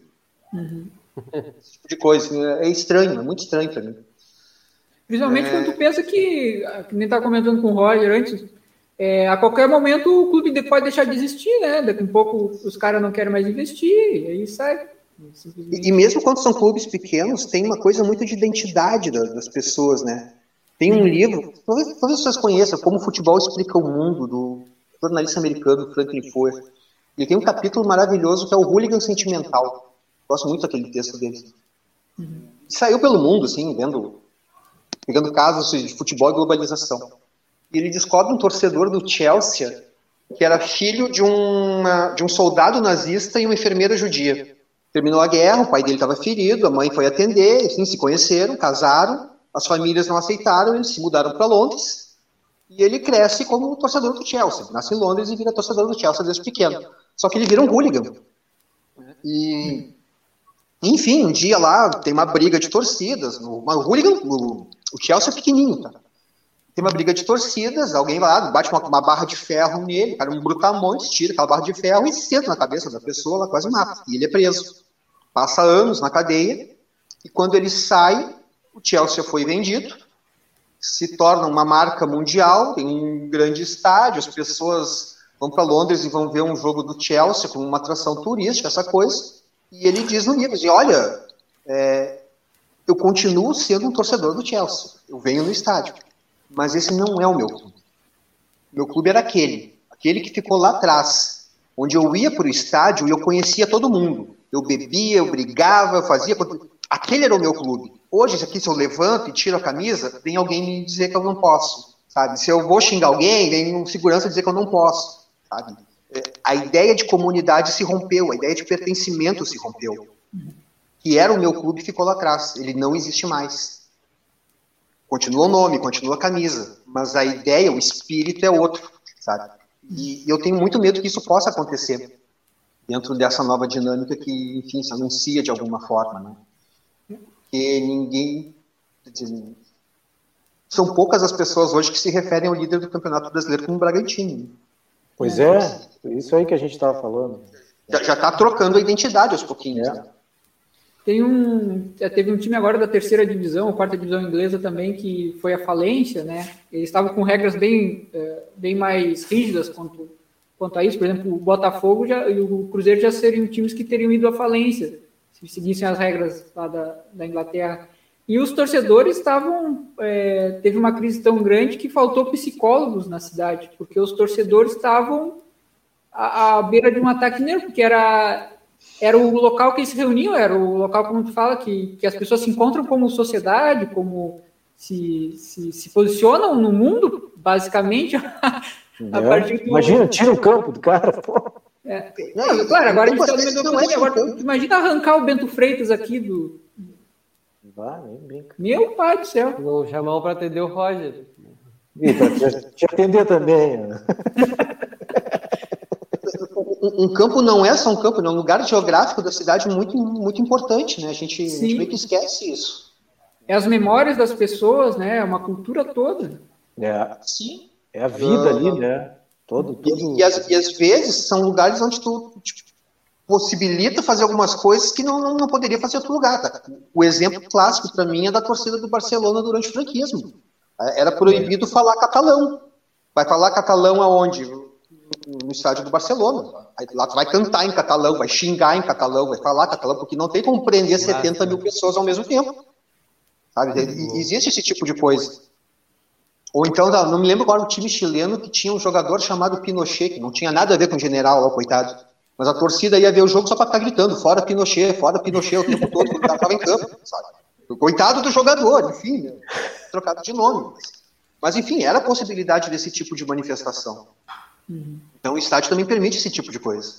esse tipo de coisa. É estranho, é muito estranho para mim. Principalmente quando tu pensa que nem estava comentando com o Roger antes, a qualquer momento o clube pode deixar de existir, né? Daqui a um pouco os caras não querem mais investir, e aí sai. E mesmo quando são clubes pequenos, tem uma coisa muito de identidade das pessoas, né? Tem um livro, talvez vocês conheçam, Como o Futebol Explica o Mundo, do jornalista americano Franklin Foer. Ele tem um capítulo maravilhoso que é o Hooligan Sentimental. Gosto muito daquele texto dele. Saiu pelo mundo, assim, pegando casos de futebol e globalização. E ele descobre um torcedor do Chelsea que era filho de um soldado nazista e uma enfermeira judia. Terminou a guerra, o pai dele estava ferido, a mãe foi atender, assim, se conheceram, casaram, as famílias não aceitaram, eles se mudaram para Londres e ele cresce como torcedor do Chelsea. Nasce em Londres e vira torcedor do Chelsea desde pequeno. Só que ele vira um hooligan. E, enfim, um dia lá tem uma briga de torcidas. O Chelsea é pequenininho, tá? Tem uma briga de torcidas, alguém vai lá, bate uma barra de ferro nele, o cara um brutamontes, tira aquela barra de ferro e senta na cabeça da pessoa, ela quase mata. E ele é preso. Passa anos na cadeia, e quando ele sai, o Chelsea foi vendido, se torna uma marca mundial, tem um grande estádio, as pessoas vão para Londres e vão ver um jogo do Chelsea como uma atração turística, essa coisa, e ele diz no livro, assim, olha, eu continuo sendo um torcedor do Chelsea, eu venho no estádio, mas esse não é o meu clube. Meu clube era aquele que ficou lá atrás, onde eu ia para o estádio e eu conhecia todo mundo, eu bebia, eu brigava, eu fazia... Aquele era o meu clube. Hoje, se eu levanto e tiro a camisa, vem alguém me dizer que eu não posso, sabe? Se eu vou xingar alguém, vem um segurança dizer que eu não posso, sabe? A ideia de comunidade se rompeu, a ideia de pertencimento se rompeu. Que era o meu clube, ficou lá atrás. Ele não existe mais. Continua o nome, continua a camisa, mas a ideia, o espírito é outro, sabe? E eu tenho muito medo que isso possa acontecer dentro dessa nova dinâmica que, enfim, se anuncia de alguma forma, né? Porque ninguém... São poucas as pessoas hoje que se referem ao líder do Campeonato Brasileiro como Bragantino. Pois é, isso aí que a gente estava falando. Já está trocando a identidade aos pouquinhos. Né? Teve um time agora da terceira divisão, ou quarta divisão inglesa também, que foi à falência, né? Eles estavam com regras bem mais rígidas quanto a isso. Por exemplo, o Botafogo e o Cruzeiro já seriam times que teriam ido à falência, se seguissem as regras lá da Inglaterra. E os torcedores teve uma crise tão grande que faltou psicólogos na cidade, porque os torcedores estavam à beira de um ataque nervoso, porque era o local que eles se reuniam, era o local, como tu fala, que as pessoas se encontram como sociedade, como se posicionam no mundo basicamente, a partir do... Imagina, tira o campo do cara, pô. Claro, agora a gente agora, imagina arrancar o Bento Freitas aqui do... Nem brinca. Meu pai do céu. Vou chamar para atender o Roger. E para te atender também. Um campo não é só um campo, é um lugar geográfico da cidade muito, muito importante, né? A gente meio que esquece isso. É as memórias das pessoas, né? É uma cultura toda. Sim. É a vida ali, né? Tudo. E às vezes são lugares onde tu possibilita fazer algumas coisas que não poderia fazer em outro lugar. Tá? O exemplo clássico para mim é da torcida do Barcelona durante o franquismo. Era proibido falar catalão. Vai falar catalão aonde? No estádio do Barcelona. Aí lá tu vai cantar em catalão, vai xingar em catalão, vai falar catalão, porque não tem como prender 70 mil pessoas ao mesmo tempo. Sabe? Existe esse tipo de coisa. Ou então, não me lembro agora, um time chileno que tinha um jogador chamado Pinochet, que não tinha nada a ver com o general lá, coitado. Mas a torcida ia ver o jogo só para ficar gritando, fora Pinochet o tempo todo, quando o cara estava em campo, sabe? Coitado do jogador, enfim, né? Trocado de nome. Mas, enfim, era a possibilidade desse tipo de manifestação. Então, o estádio também permite esse tipo de coisa.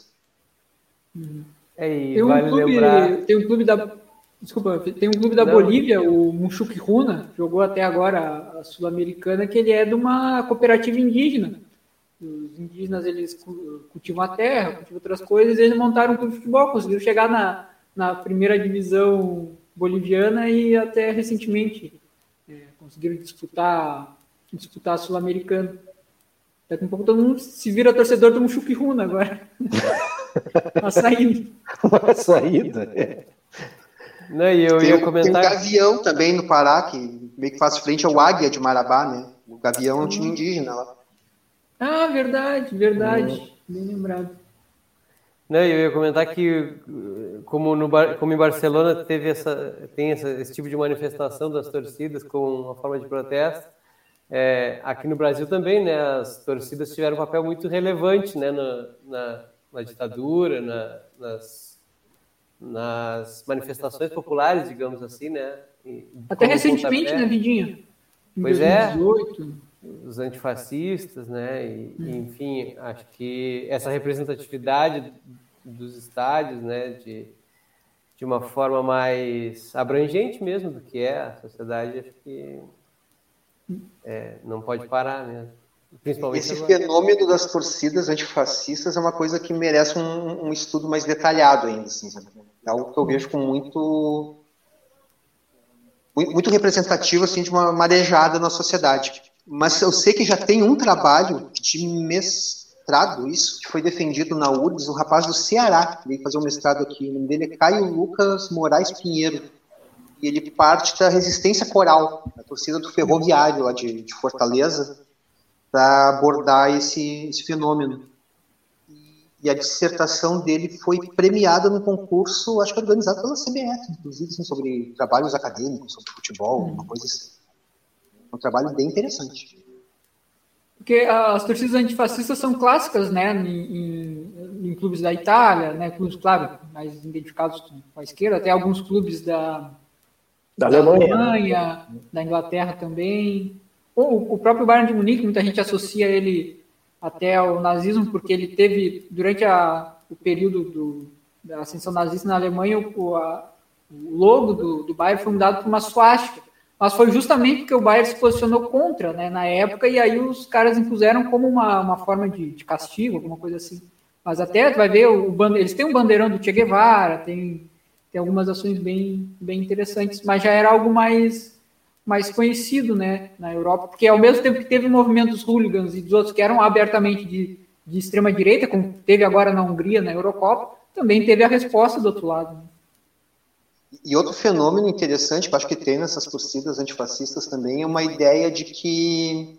Tem um clube da Bolívia, o Muxuque Runa, jogou até agora a Sul-Americana, que ele é de uma cooperativa indígena. Os indígenas, eles cultivam a terra, cultivam outras coisas, e eles montaram um clube de futebol, conseguiram chegar na primeira divisão boliviana e até recentemente conseguiram disputar a Sul-Americana. Daqui a pouco todo mundo se vira torcedor do Muxuque Runa agora. Uma saída. Uma saída, Não, e eu ia comentar... Tem o Gavião também no Pará, que meio que faz frente ao Águia de Marabá, né? O Gavião é um time indígena lá. Ah, verdade. Bem lembrado. Não, eu ia comentar que, como em Barcelona tem esse tipo de manifestação das torcidas como uma forma de protesto, aqui no Brasil também, né, as torcidas tiveram um papel muito relevante, né, na ditadura, nas manifestações populares, digamos assim, né? Até recentemente, né, Vidinha? Em 2018. Os antifascistas, né? Enfim, acho que essa representatividade dos estádios, né, de uma forma mais abrangente mesmo do que é a sociedade, acho que não pode parar mesmo. Principalmente esse agora. Fenômeno das torcidas antifascistas é uma coisa que merece um estudo mais detalhado ainda, assim, sabe? É algo que eu vejo com muito representativo, assim, de uma marejada na sociedade. Mas eu sei que já tem um trabalho de mestrado, isso, que foi defendido na URGS, um rapaz do Ceará, que veio fazer um mestrado aqui. O nome dele é Caio Lucas Moraes Pinheiro. E ele parte da resistência coral, da torcida do Ferroviário, lá de Fortaleza, para abordar esse fenômeno. E a dissertação dele foi premiada no concurso, acho que organizado pela CBF, inclusive, assim, sobre trabalhos acadêmicos, sobre futebol, uma coisa assim. Um trabalho bem interessante. Porque as torcidas antifascistas são clássicas, né, em clubes da Itália, né, clubes, claro, mais identificados com a esquerda, até alguns clubes da Alemanha, da Inglaterra também. Ou o próprio Bayern de Munique, muita gente associa ele até ao nazismo, porque ele teve, durante o período da ascensão nazista na Alemanha, o logo do Bayern foi mudado por uma suástica. Mas foi justamente porque o Bayern se posicionou contra, né, na época, e aí os caras impuseram como uma forma de castigo, alguma coisa assim. Mas até, tu vai ver, eles têm um bandeirão do Che Guevara, tem algumas ações bem interessantes, mas já era algo mais conhecido, né, na Europa, porque ao mesmo tempo que teve o movimento dos hooligans e dos outros que eram abertamente de extrema-direita, como teve agora na Hungria, na Eurocopa, também teve a resposta do outro lado, né? E outro fenômeno interessante que eu acho que tem nessas torcidas antifascistas também é uma ideia de que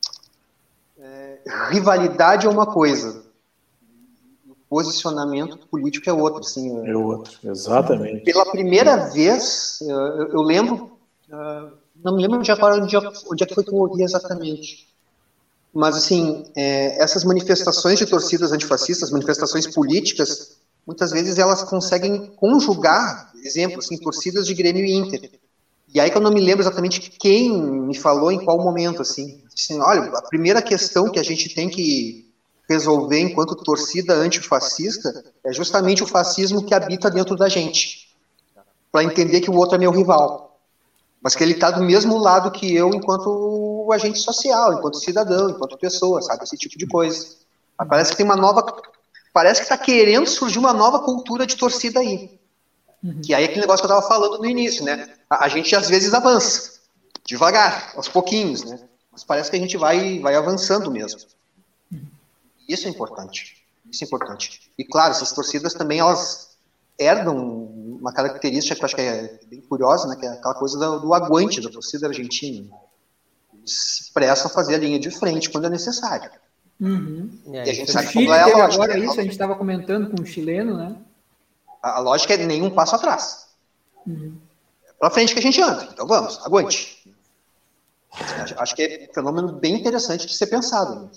rivalidade é uma coisa, o posicionamento político é outro. Assim, é outro, exatamente. Pela primeira vez, eu lembro, não me lembro onde é que foi que eu ouvi exatamente, mas assim, essas manifestações de torcidas antifascistas, manifestações políticas, muitas vezes elas conseguem conjugar, exemplo, assim, torcidas de Grêmio e Inter. E aí que eu não me lembro exatamente quem me falou em qual momento, assim, olha, a primeira questão que a gente tem que resolver enquanto torcida antifascista é justamente o fascismo que habita dentro da gente, para entender que o outro é meu rival, mas que ele está do mesmo lado que eu enquanto agente social, enquanto cidadão, enquanto pessoa, sabe, esse tipo de coisa. Mas parece que tem parece que está querendo surgir uma nova cultura de torcida aí. Que aí é aquele negócio que eu estava falando no início, né? A gente às vezes avança, devagar, aos pouquinhos, né? Mas parece que a gente vai avançando mesmo. Isso é importante. Isso é importante. E claro, essas torcidas também, elas herdam uma característica que eu acho que é bem curiosa, né? Que é aquela coisa do aguante da torcida argentina. Eles se prestam a fazer a linha de frente quando é necessário. E a gente sabe como é a lógica. Agora isso, a gente estava comentando com o chileno, né? A lógica é nenhum passo atrás. É pra frente que a gente anda. Então vamos, aguante. Acho que é um fenômeno bem interessante de ser pensado.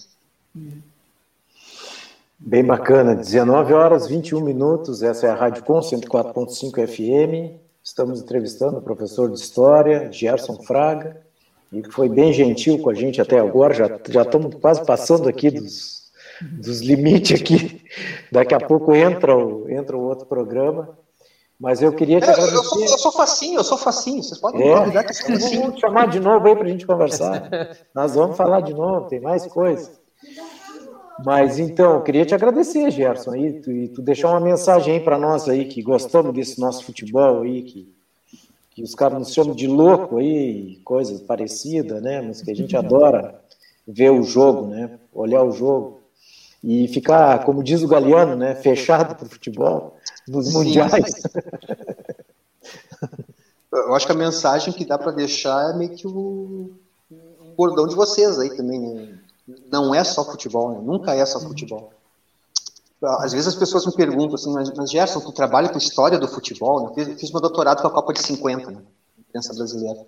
Bem bacana. 19h21. Essa é a Rádio Com 104.5 FM. Estamos entrevistando o professor de História, Gerson Fraga, e que foi bem gentil com a gente até agora. Já estamos quase passando aqui dos limites aqui. Daqui a pouco entra o outro programa. Mas eu queria te agradecer. Eu sou facinho. Vocês podem me convidar que eu sou facinho. Vamos chamar de novo aí para a gente conversar. Nós vamos falar de novo, tem mais coisa. Mas então, eu queria te agradecer, Gerson, e tu deixar uma mensagem aí para nós aí que gostamos desse nosso futebol aí, que os caras nos chamam de louco aí, coisa parecida, né? Mas que a gente adora ver o jogo, né? Olhar o jogo e ficar, como diz o Galeano, né? Fechado para o futebol nos mundiais. Eu acho que a mensagem que dá para deixar é meio que o bordão de vocês aí também, né? Não é só futebol, né? Nunca é só futebol. Às vezes as pessoas me perguntam assim, mas Gerson, tu trabalha com história do futebol? Né? Fiz meu doutorado com a Copa de 50, né? Imprensa brasileira.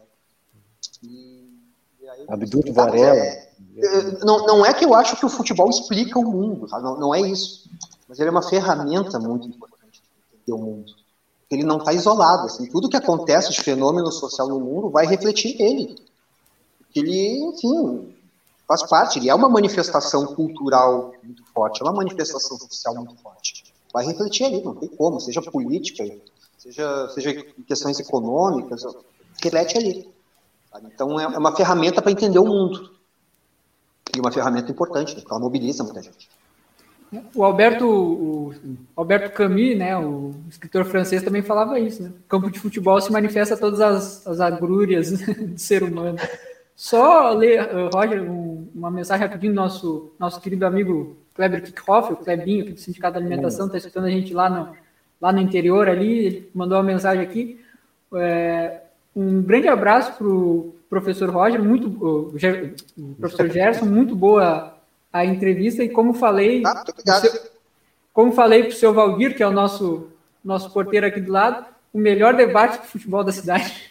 Abdul Varela. Não é que eu acho que o futebol explica o mundo, tá? Não é isso. Mas ele é uma ferramenta muito importante para entender o mundo. Ele não está isolado. Assim, tudo que acontece de fenômeno social no mundo vai refletir nele. Ele, enfim, faz parte. Ele é uma manifestação cultural muito forte, é uma manifestação social muito forte. Vai refletir ali, não tem como, seja política, seja em questões econômicas, reflete ali. Então é uma ferramenta para entender o mundo. E uma ferramenta importante, porque ela mobiliza muita gente. O Alberto Camus, né, o escritor francês, também falava isso, né? O campo de futebol se manifesta todas as agrúrias do ser humano. Só ler, Roger, uma mensagem rapidinho do nosso querido amigo Kleber Kickhoff, o Klebinho, aqui do Sindicato da Alimentação, está escutando a gente lá no interior ali, ele mandou uma mensagem aqui. Um grande abraço para o professor Roger, o professor Gerson, muito boa a entrevista, e como falei para o seu Valdir, que é o nosso porteiro aqui do lado, o melhor debate de futebol da cidade.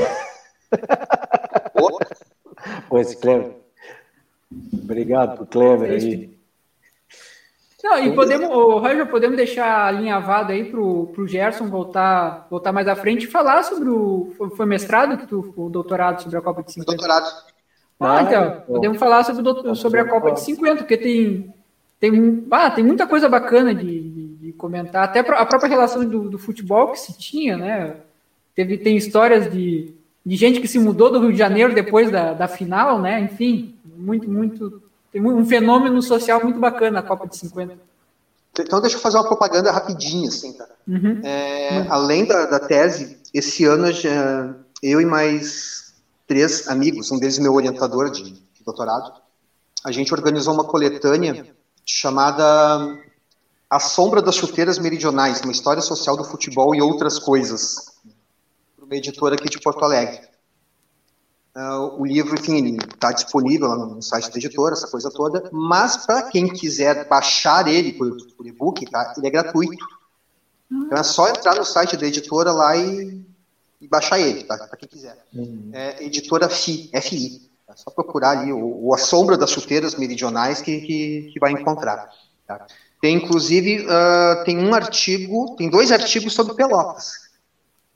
Pois, Kleber. Obrigado pro Kleber aí. Não, e podemos deixar alinhavado aí pro Gerson voltar mais à frente e falar sobre foi mestrado o doutorado sobre a Copa de 50? Doutorado. Então, podemos falar sobre a Copa de 50, porque tem muita coisa bacana de comentar, até a própria relação do futebol que se tinha, né? Tem histórias de gente que se mudou do Rio de Janeiro depois da final, né? Enfim, tem um fenômeno social muito bacana a Copa de 50. Então deixa eu fazer uma propaganda rapidinha, assim, tá? Além da tese, esse ano eu e mais 3 amigos, um deles meu orientador de doutorado, a gente organizou uma coletânea chamada A Sombra das Chuteiras Meridionais, uma história social do futebol e outras coisas, para uma editora aqui de Porto Alegre. O livro, enfim, ele está disponível lá no site da editora, essa coisa toda, mas para quem quiser baixar ele por e-book, tá? Ele é gratuito. Então é só entrar no site da editora lá e baixar ele, tá? Para quem quiser. Editora FI. É só procurar ali A Sombra das Chuteiras Meridionais que vai encontrar. Tá? Tem, inclusive, tem 2 artigos sobre Pelotas.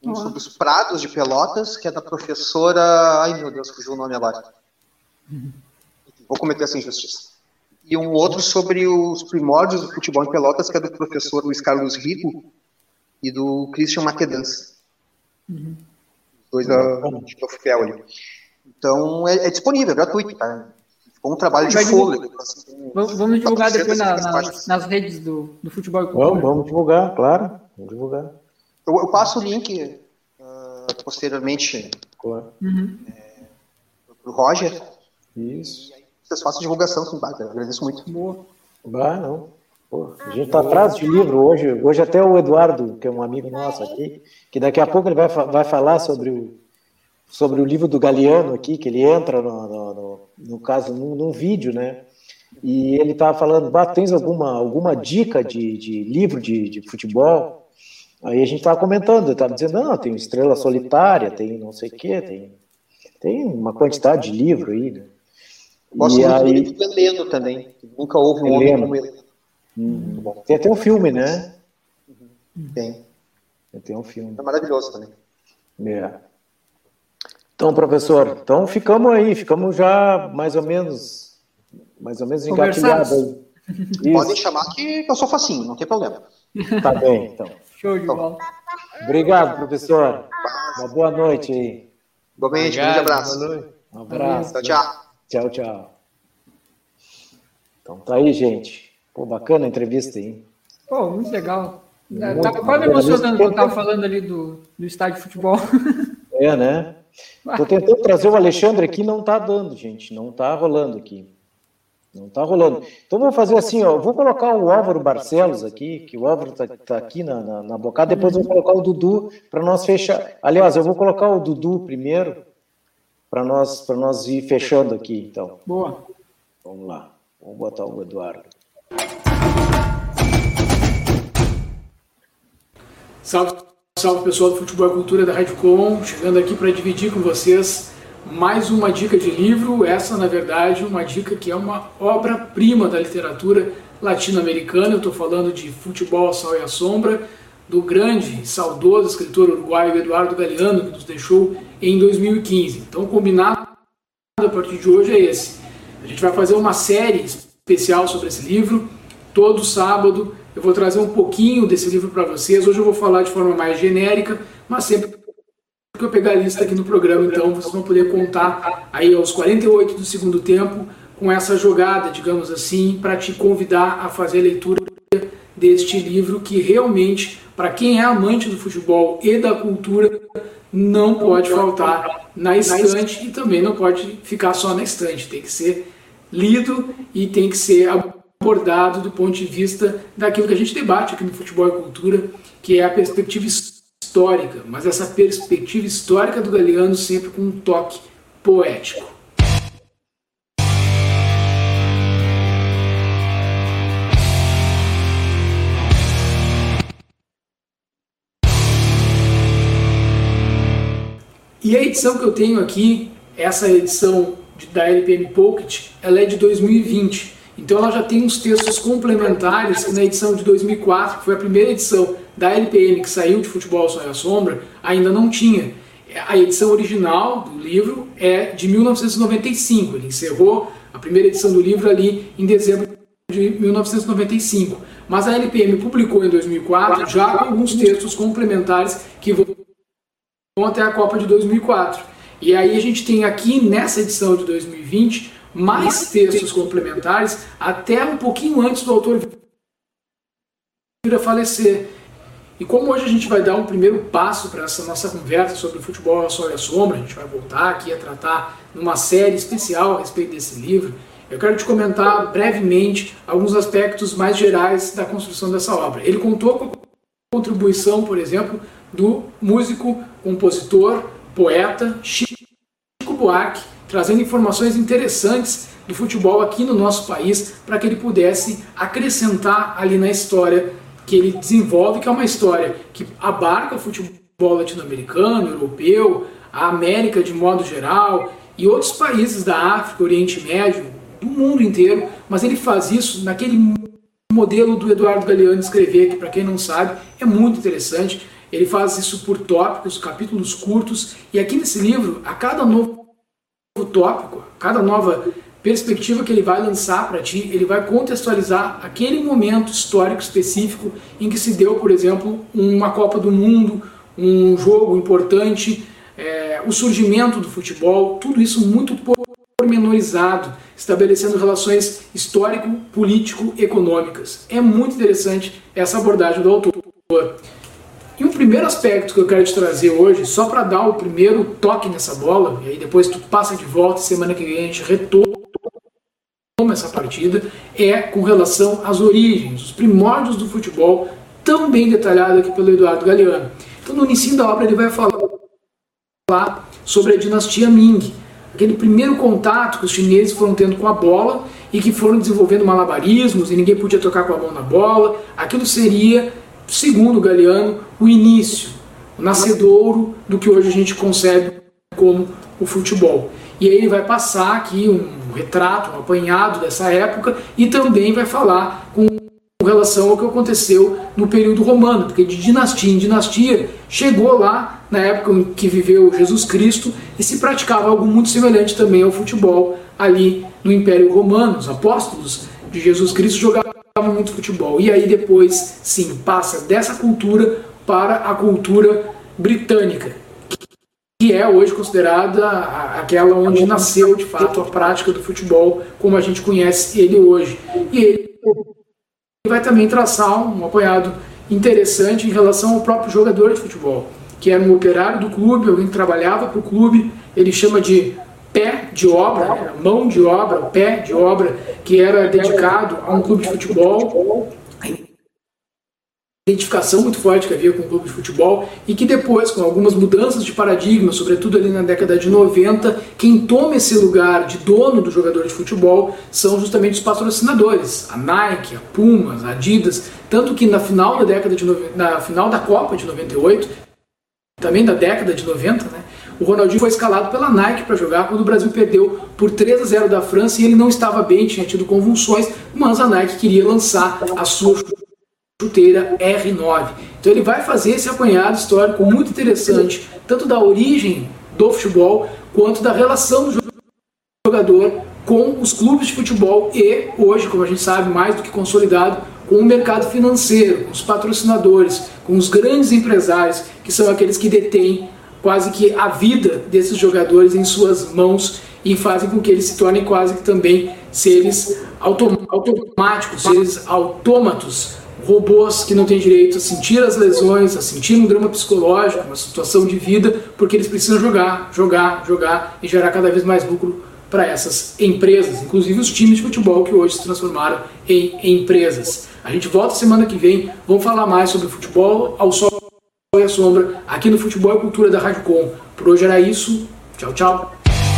Um sobre os prados de Pelotas, que é da professora... Ai, meu Deus, fugiu o nome agora. Vou cometer essa injustiça. E um outro sobre os primórdios do futebol em Pelotas, que é do professor Luiz Carlos Rigo e do Christian Maquedans. Dois da UFPEL ali. Então, é disponível, é gratuito, tá? Ficou um trabalho de fôlego. Vamos divulgar depois nas redes do Futebol e Cultura. Vamos divulgar, claro. Vamos divulgar. Eu passo o link posteriormente claro. Pro Roger. Isso. E aí vocês façam divulgação, sim, eu agradeço muito. Boa. Não. Pô, a gente está atrás de livro hoje. Hoje até o Eduardo, que é um amigo nosso aqui, que daqui a pouco ele vai falar sobre o livro do Galeano aqui, que ele entra, no caso, num vídeo, né? E ele estava falando, tens alguma dica de livro de futebol? Aí a gente estava comentando, eu estava dizendo, não, tem Estrela Solitária, tem não sei o quê, tem uma quantidade de livro aí, né? Gosto muito do livro do Heleno também, nunca houve um homem como ele. Tem até um filme, né? Tem um filme. É maravilhoso também. Então, professor, ficamos já mais ou menos engatilhados aí. Podem chamar que eu sou facinho, não tem problema. Tá bem, então. Show de bola. Obrigado, professor. Uma boa noite aí. Igualmente, um grande abraço. Um abraço. Tchau. Tchau. Então tá aí, gente. Pô, bacana a entrevista aí. Pô, muito legal. Tava quase emocionando quando eu tava falando ali do estádio de futebol. Né? Tô tentando trazer o Alexandre aqui, não tá dando, gente. Não tá rolando aqui. Então vou fazer assim, ó. Vou colocar o Álvaro Barcelos aqui, que o Álvaro tá aqui na bocada. Depois vou colocar o Dudu para nós fechar. Aliás, eu vou colocar o Dudu primeiro para nós ir fechando aqui, então. Boa. Vamos lá. Vamos botar o Eduardo. Salve pessoal do Futebol e Cultura da Rádio Com, chegando aqui para dividir com vocês mais uma dica de livro. Essa, na verdade, uma dica que é uma obra-prima da literatura latino-americana. Eu estou falando de Futebol, ao Sol e à Sombra, do grande, saudoso escritor uruguaio Eduardo Galeano, que nos deixou em 2015. Então, combinado a partir de hoje é esse. A gente vai fazer uma série especial sobre esse livro. Todo sábado eu vou trazer um pouquinho desse livro para vocês. Hoje eu vou falar de forma mais genérica, mas sempre que eu pegar a lista aqui no programa, então vocês vão poder contar aí aos 48 do segundo tempo com essa jogada, digamos assim, para te convidar a fazer a leitura deste livro que realmente, para quem é amante do futebol e da cultura, não pode faltar na estante e também não pode ficar só na estante. Tem que ser lido e tem que ser abordado do ponto de vista daquilo que a gente debate aqui no Futebol e Cultura, que é a perspectiva histórica, mas essa perspectiva histórica do Galeano sempre com um toque poético. E a edição que eu tenho aqui, essa edição da LPM Pocket, ela é de 2020. Então ela já tem uns textos complementares que na edição de 2004, que foi a primeira edição da LPM que saiu de Futebol, Sol e à Sombra, ainda não tinha. A edição original do livro é de 1995. Ele encerrou a primeira edição do livro ali em dezembro de 1995. Mas a LPM publicou em 2004 já alguns textos complementares que vão até a Copa de 2004. E aí a gente tem aqui nessa edição de 2020 mais textos complementares, até um pouquinho antes do autor vir a falecer. E como hoje a gente vai dar um primeiro passo para essa nossa conversa sobre o futebol ao sol e à sombra, a gente vai voltar aqui a tratar numa série especial a respeito desse livro, eu quero te comentar brevemente alguns aspectos mais gerais da construção dessa obra. Ele contou com a contribuição, por exemplo, do músico, compositor, poeta Chico Buarque, trazendo informações interessantes do futebol aqui no nosso país para que ele pudesse acrescentar ali na história que ele desenvolve, que é uma história que abarca o futebol latino-americano, europeu, a América de modo geral e outros países da África, Oriente Médio, do mundo inteiro, mas ele faz isso naquele modelo do Eduardo Galeano de escrever, que para quem não sabe é muito interessante. Ele faz isso por tópicos, capítulos curtos, e aqui nesse livro, a cada novo tópico, cada nova perspectiva que ele vai lançar para ti, ele vai contextualizar aquele momento histórico específico em que se deu, por exemplo, uma Copa do Mundo, um jogo importante, o surgimento do futebol, tudo isso muito pormenorizado, estabelecendo relações histórico-político-econômicas. É muito interessante essa abordagem do autor. E um primeiro aspecto que eu quero te trazer hoje, só para dar o primeiro toque nessa bola, e aí depois tu passa de volta e semana que vem a gente retoma essa partida, é com relação às origens, os primórdios do futebol, tão bem detalhado aqui pelo Eduardo Galeano. Então no início da obra ele vai falar sobre a dinastia Ming, aquele primeiro contato que os chineses foram tendo com a bola e que foram desenvolvendo malabarismos e ninguém podia tocar com a mão na bola. Aquilo seria, segundo Galeano, o início, o nascedouro do que hoje a gente concebe como o futebol. E aí ele vai passar aqui um retrato, um apanhado dessa época e também vai falar com relação ao que aconteceu no período romano, porque de dinastia em dinastia chegou lá na época em que viveu Jesus Cristo e se praticava algo muito semelhante também ao futebol ali no Império Romano. Os apóstolos de Jesus Cristo jogavam muito futebol. E aí depois, sim, passa dessa cultura para a cultura britânica, que é hoje considerada aquela onde nasceu de fato a prática do futebol como a gente conhece ele hoje. E ele vai também traçar um apanhado interessante em relação ao próprio jogador de futebol, que era um operário do clube, alguém que trabalhava para o clube. Ele chama de pé de obra, né? Mão de obra, o pé de obra, que era dedicado a um clube de futebol. Identificação muito forte que havia com o clube de futebol e que depois, com algumas mudanças de paradigma, sobretudo ali na década de 90, quem toma esse lugar de dono do jogador de futebol são justamente os patrocinadores, a Nike, a Puma, a Adidas, tanto que na final da década na final da Copa de 98, também da década de 90, né, o Ronaldinho foi escalado pela Nike para jogar quando o Brasil perdeu por 3-0 da França e ele não estava bem, tinha tido convulsões, mas a Nike queria lançar a sua chuteira R9. Então ele vai fazer esse apanhado histórico muito interessante, tanto da origem do futebol, quanto da relação do jogador com os clubes de futebol e, hoje, como a gente sabe, mais do que consolidado, com o mercado financeiro, com os patrocinadores, com os grandes empresários, que são aqueles que detêm quase que a vida desses jogadores em suas mãos e fazem com que eles se tornem quase que também seres automáticos, seres autômatos, robôs que não têm direito a sentir as lesões, a sentir um drama psicológico, uma situação de vida, porque eles precisam jogar e gerar cada vez mais lucro para essas empresas, inclusive os times de futebol que hoje se transformaram em empresas. A gente volta semana que vem, vamos falar mais sobre futebol ao sol e à sombra, aqui no Futebol e Cultura da Rádio Com. Por hoje era isso, tchau, tchau.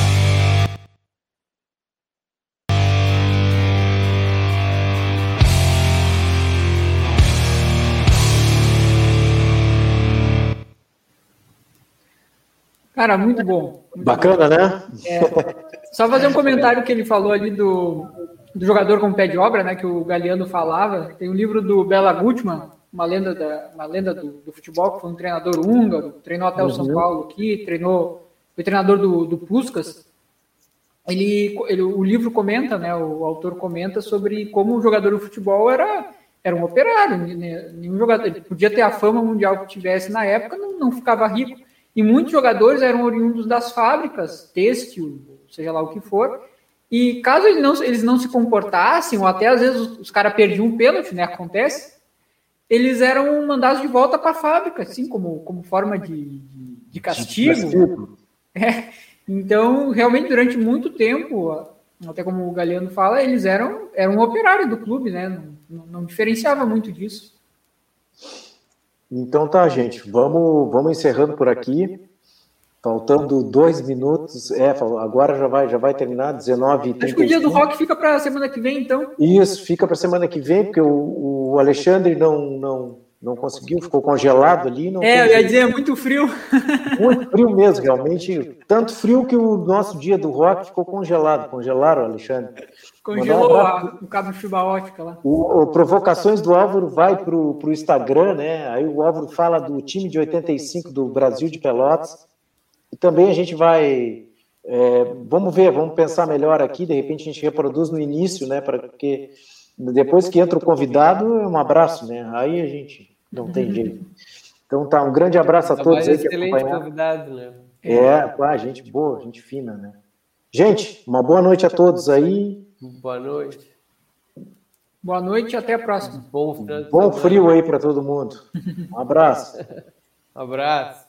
Cara, muito bom. Muito bacana, bom. Né? Só fazer um comentário que ele falou ali do jogador com pé de obra, né, que o Galeano falava. Tem um livro do Bela Gutmann, uma lenda do futebol, que foi um treinador húngaro, treinou até o São Paulo aqui, foi treinador do Puskás. O livro comenta, né, o autor comenta sobre como o jogador de futebol era um operário. Nenhum jogador, ele podia ter a fama mundial que tivesse na época, não ficava rico. E muitos jogadores eram oriundos das fábricas, têxtil, seja lá o que for, e caso eles não se comportassem, ou até às vezes os caras perdiam um pênalti, né, acontece, eles eram mandados de volta para a fábrica, assim, como forma de castigo. Então, realmente, durante muito tempo, até como o Galeano fala, eles eram um operário do clube, né, não diferenciava muito disso. Então tá, gente, vamos encerrando por aqui, faltando 2 minutos, agora já vai terminar, 19h35. Acho que o dia do rock fica para semana que vem, então. Isso, fica para semana que vem, porque o Alexandre não não conseguiu, ficou congelado ali. Não eu ia dizer, muito frio. Muito frio mesmo, realmente. Tanto frio que o nosso dia do rock ficou congelado. Congelaram, Alexandre. Congelou o cabo de fibra ótica lá. O Provocações do Álvaro vai para o Instagram, né? Aí o Álvaro fala do time de 85 do Brasil de Pelotas. E também a gente vai... vamos ver, vamos pensar melhor aqui. De repente a gente reproduz no início, né? Porque depois que entra o convidado, é um abraço, né? Aí a gente não tem jeito. Então tá, um grande abraço a todos aí que excelente convidado, né? Gente boa, gente fina, né? Gente, uma boa noite a todos aí. Boa noite. Boa noite e até a próxima. Bom frio aí para todo mundo. Um abraço. Abraço.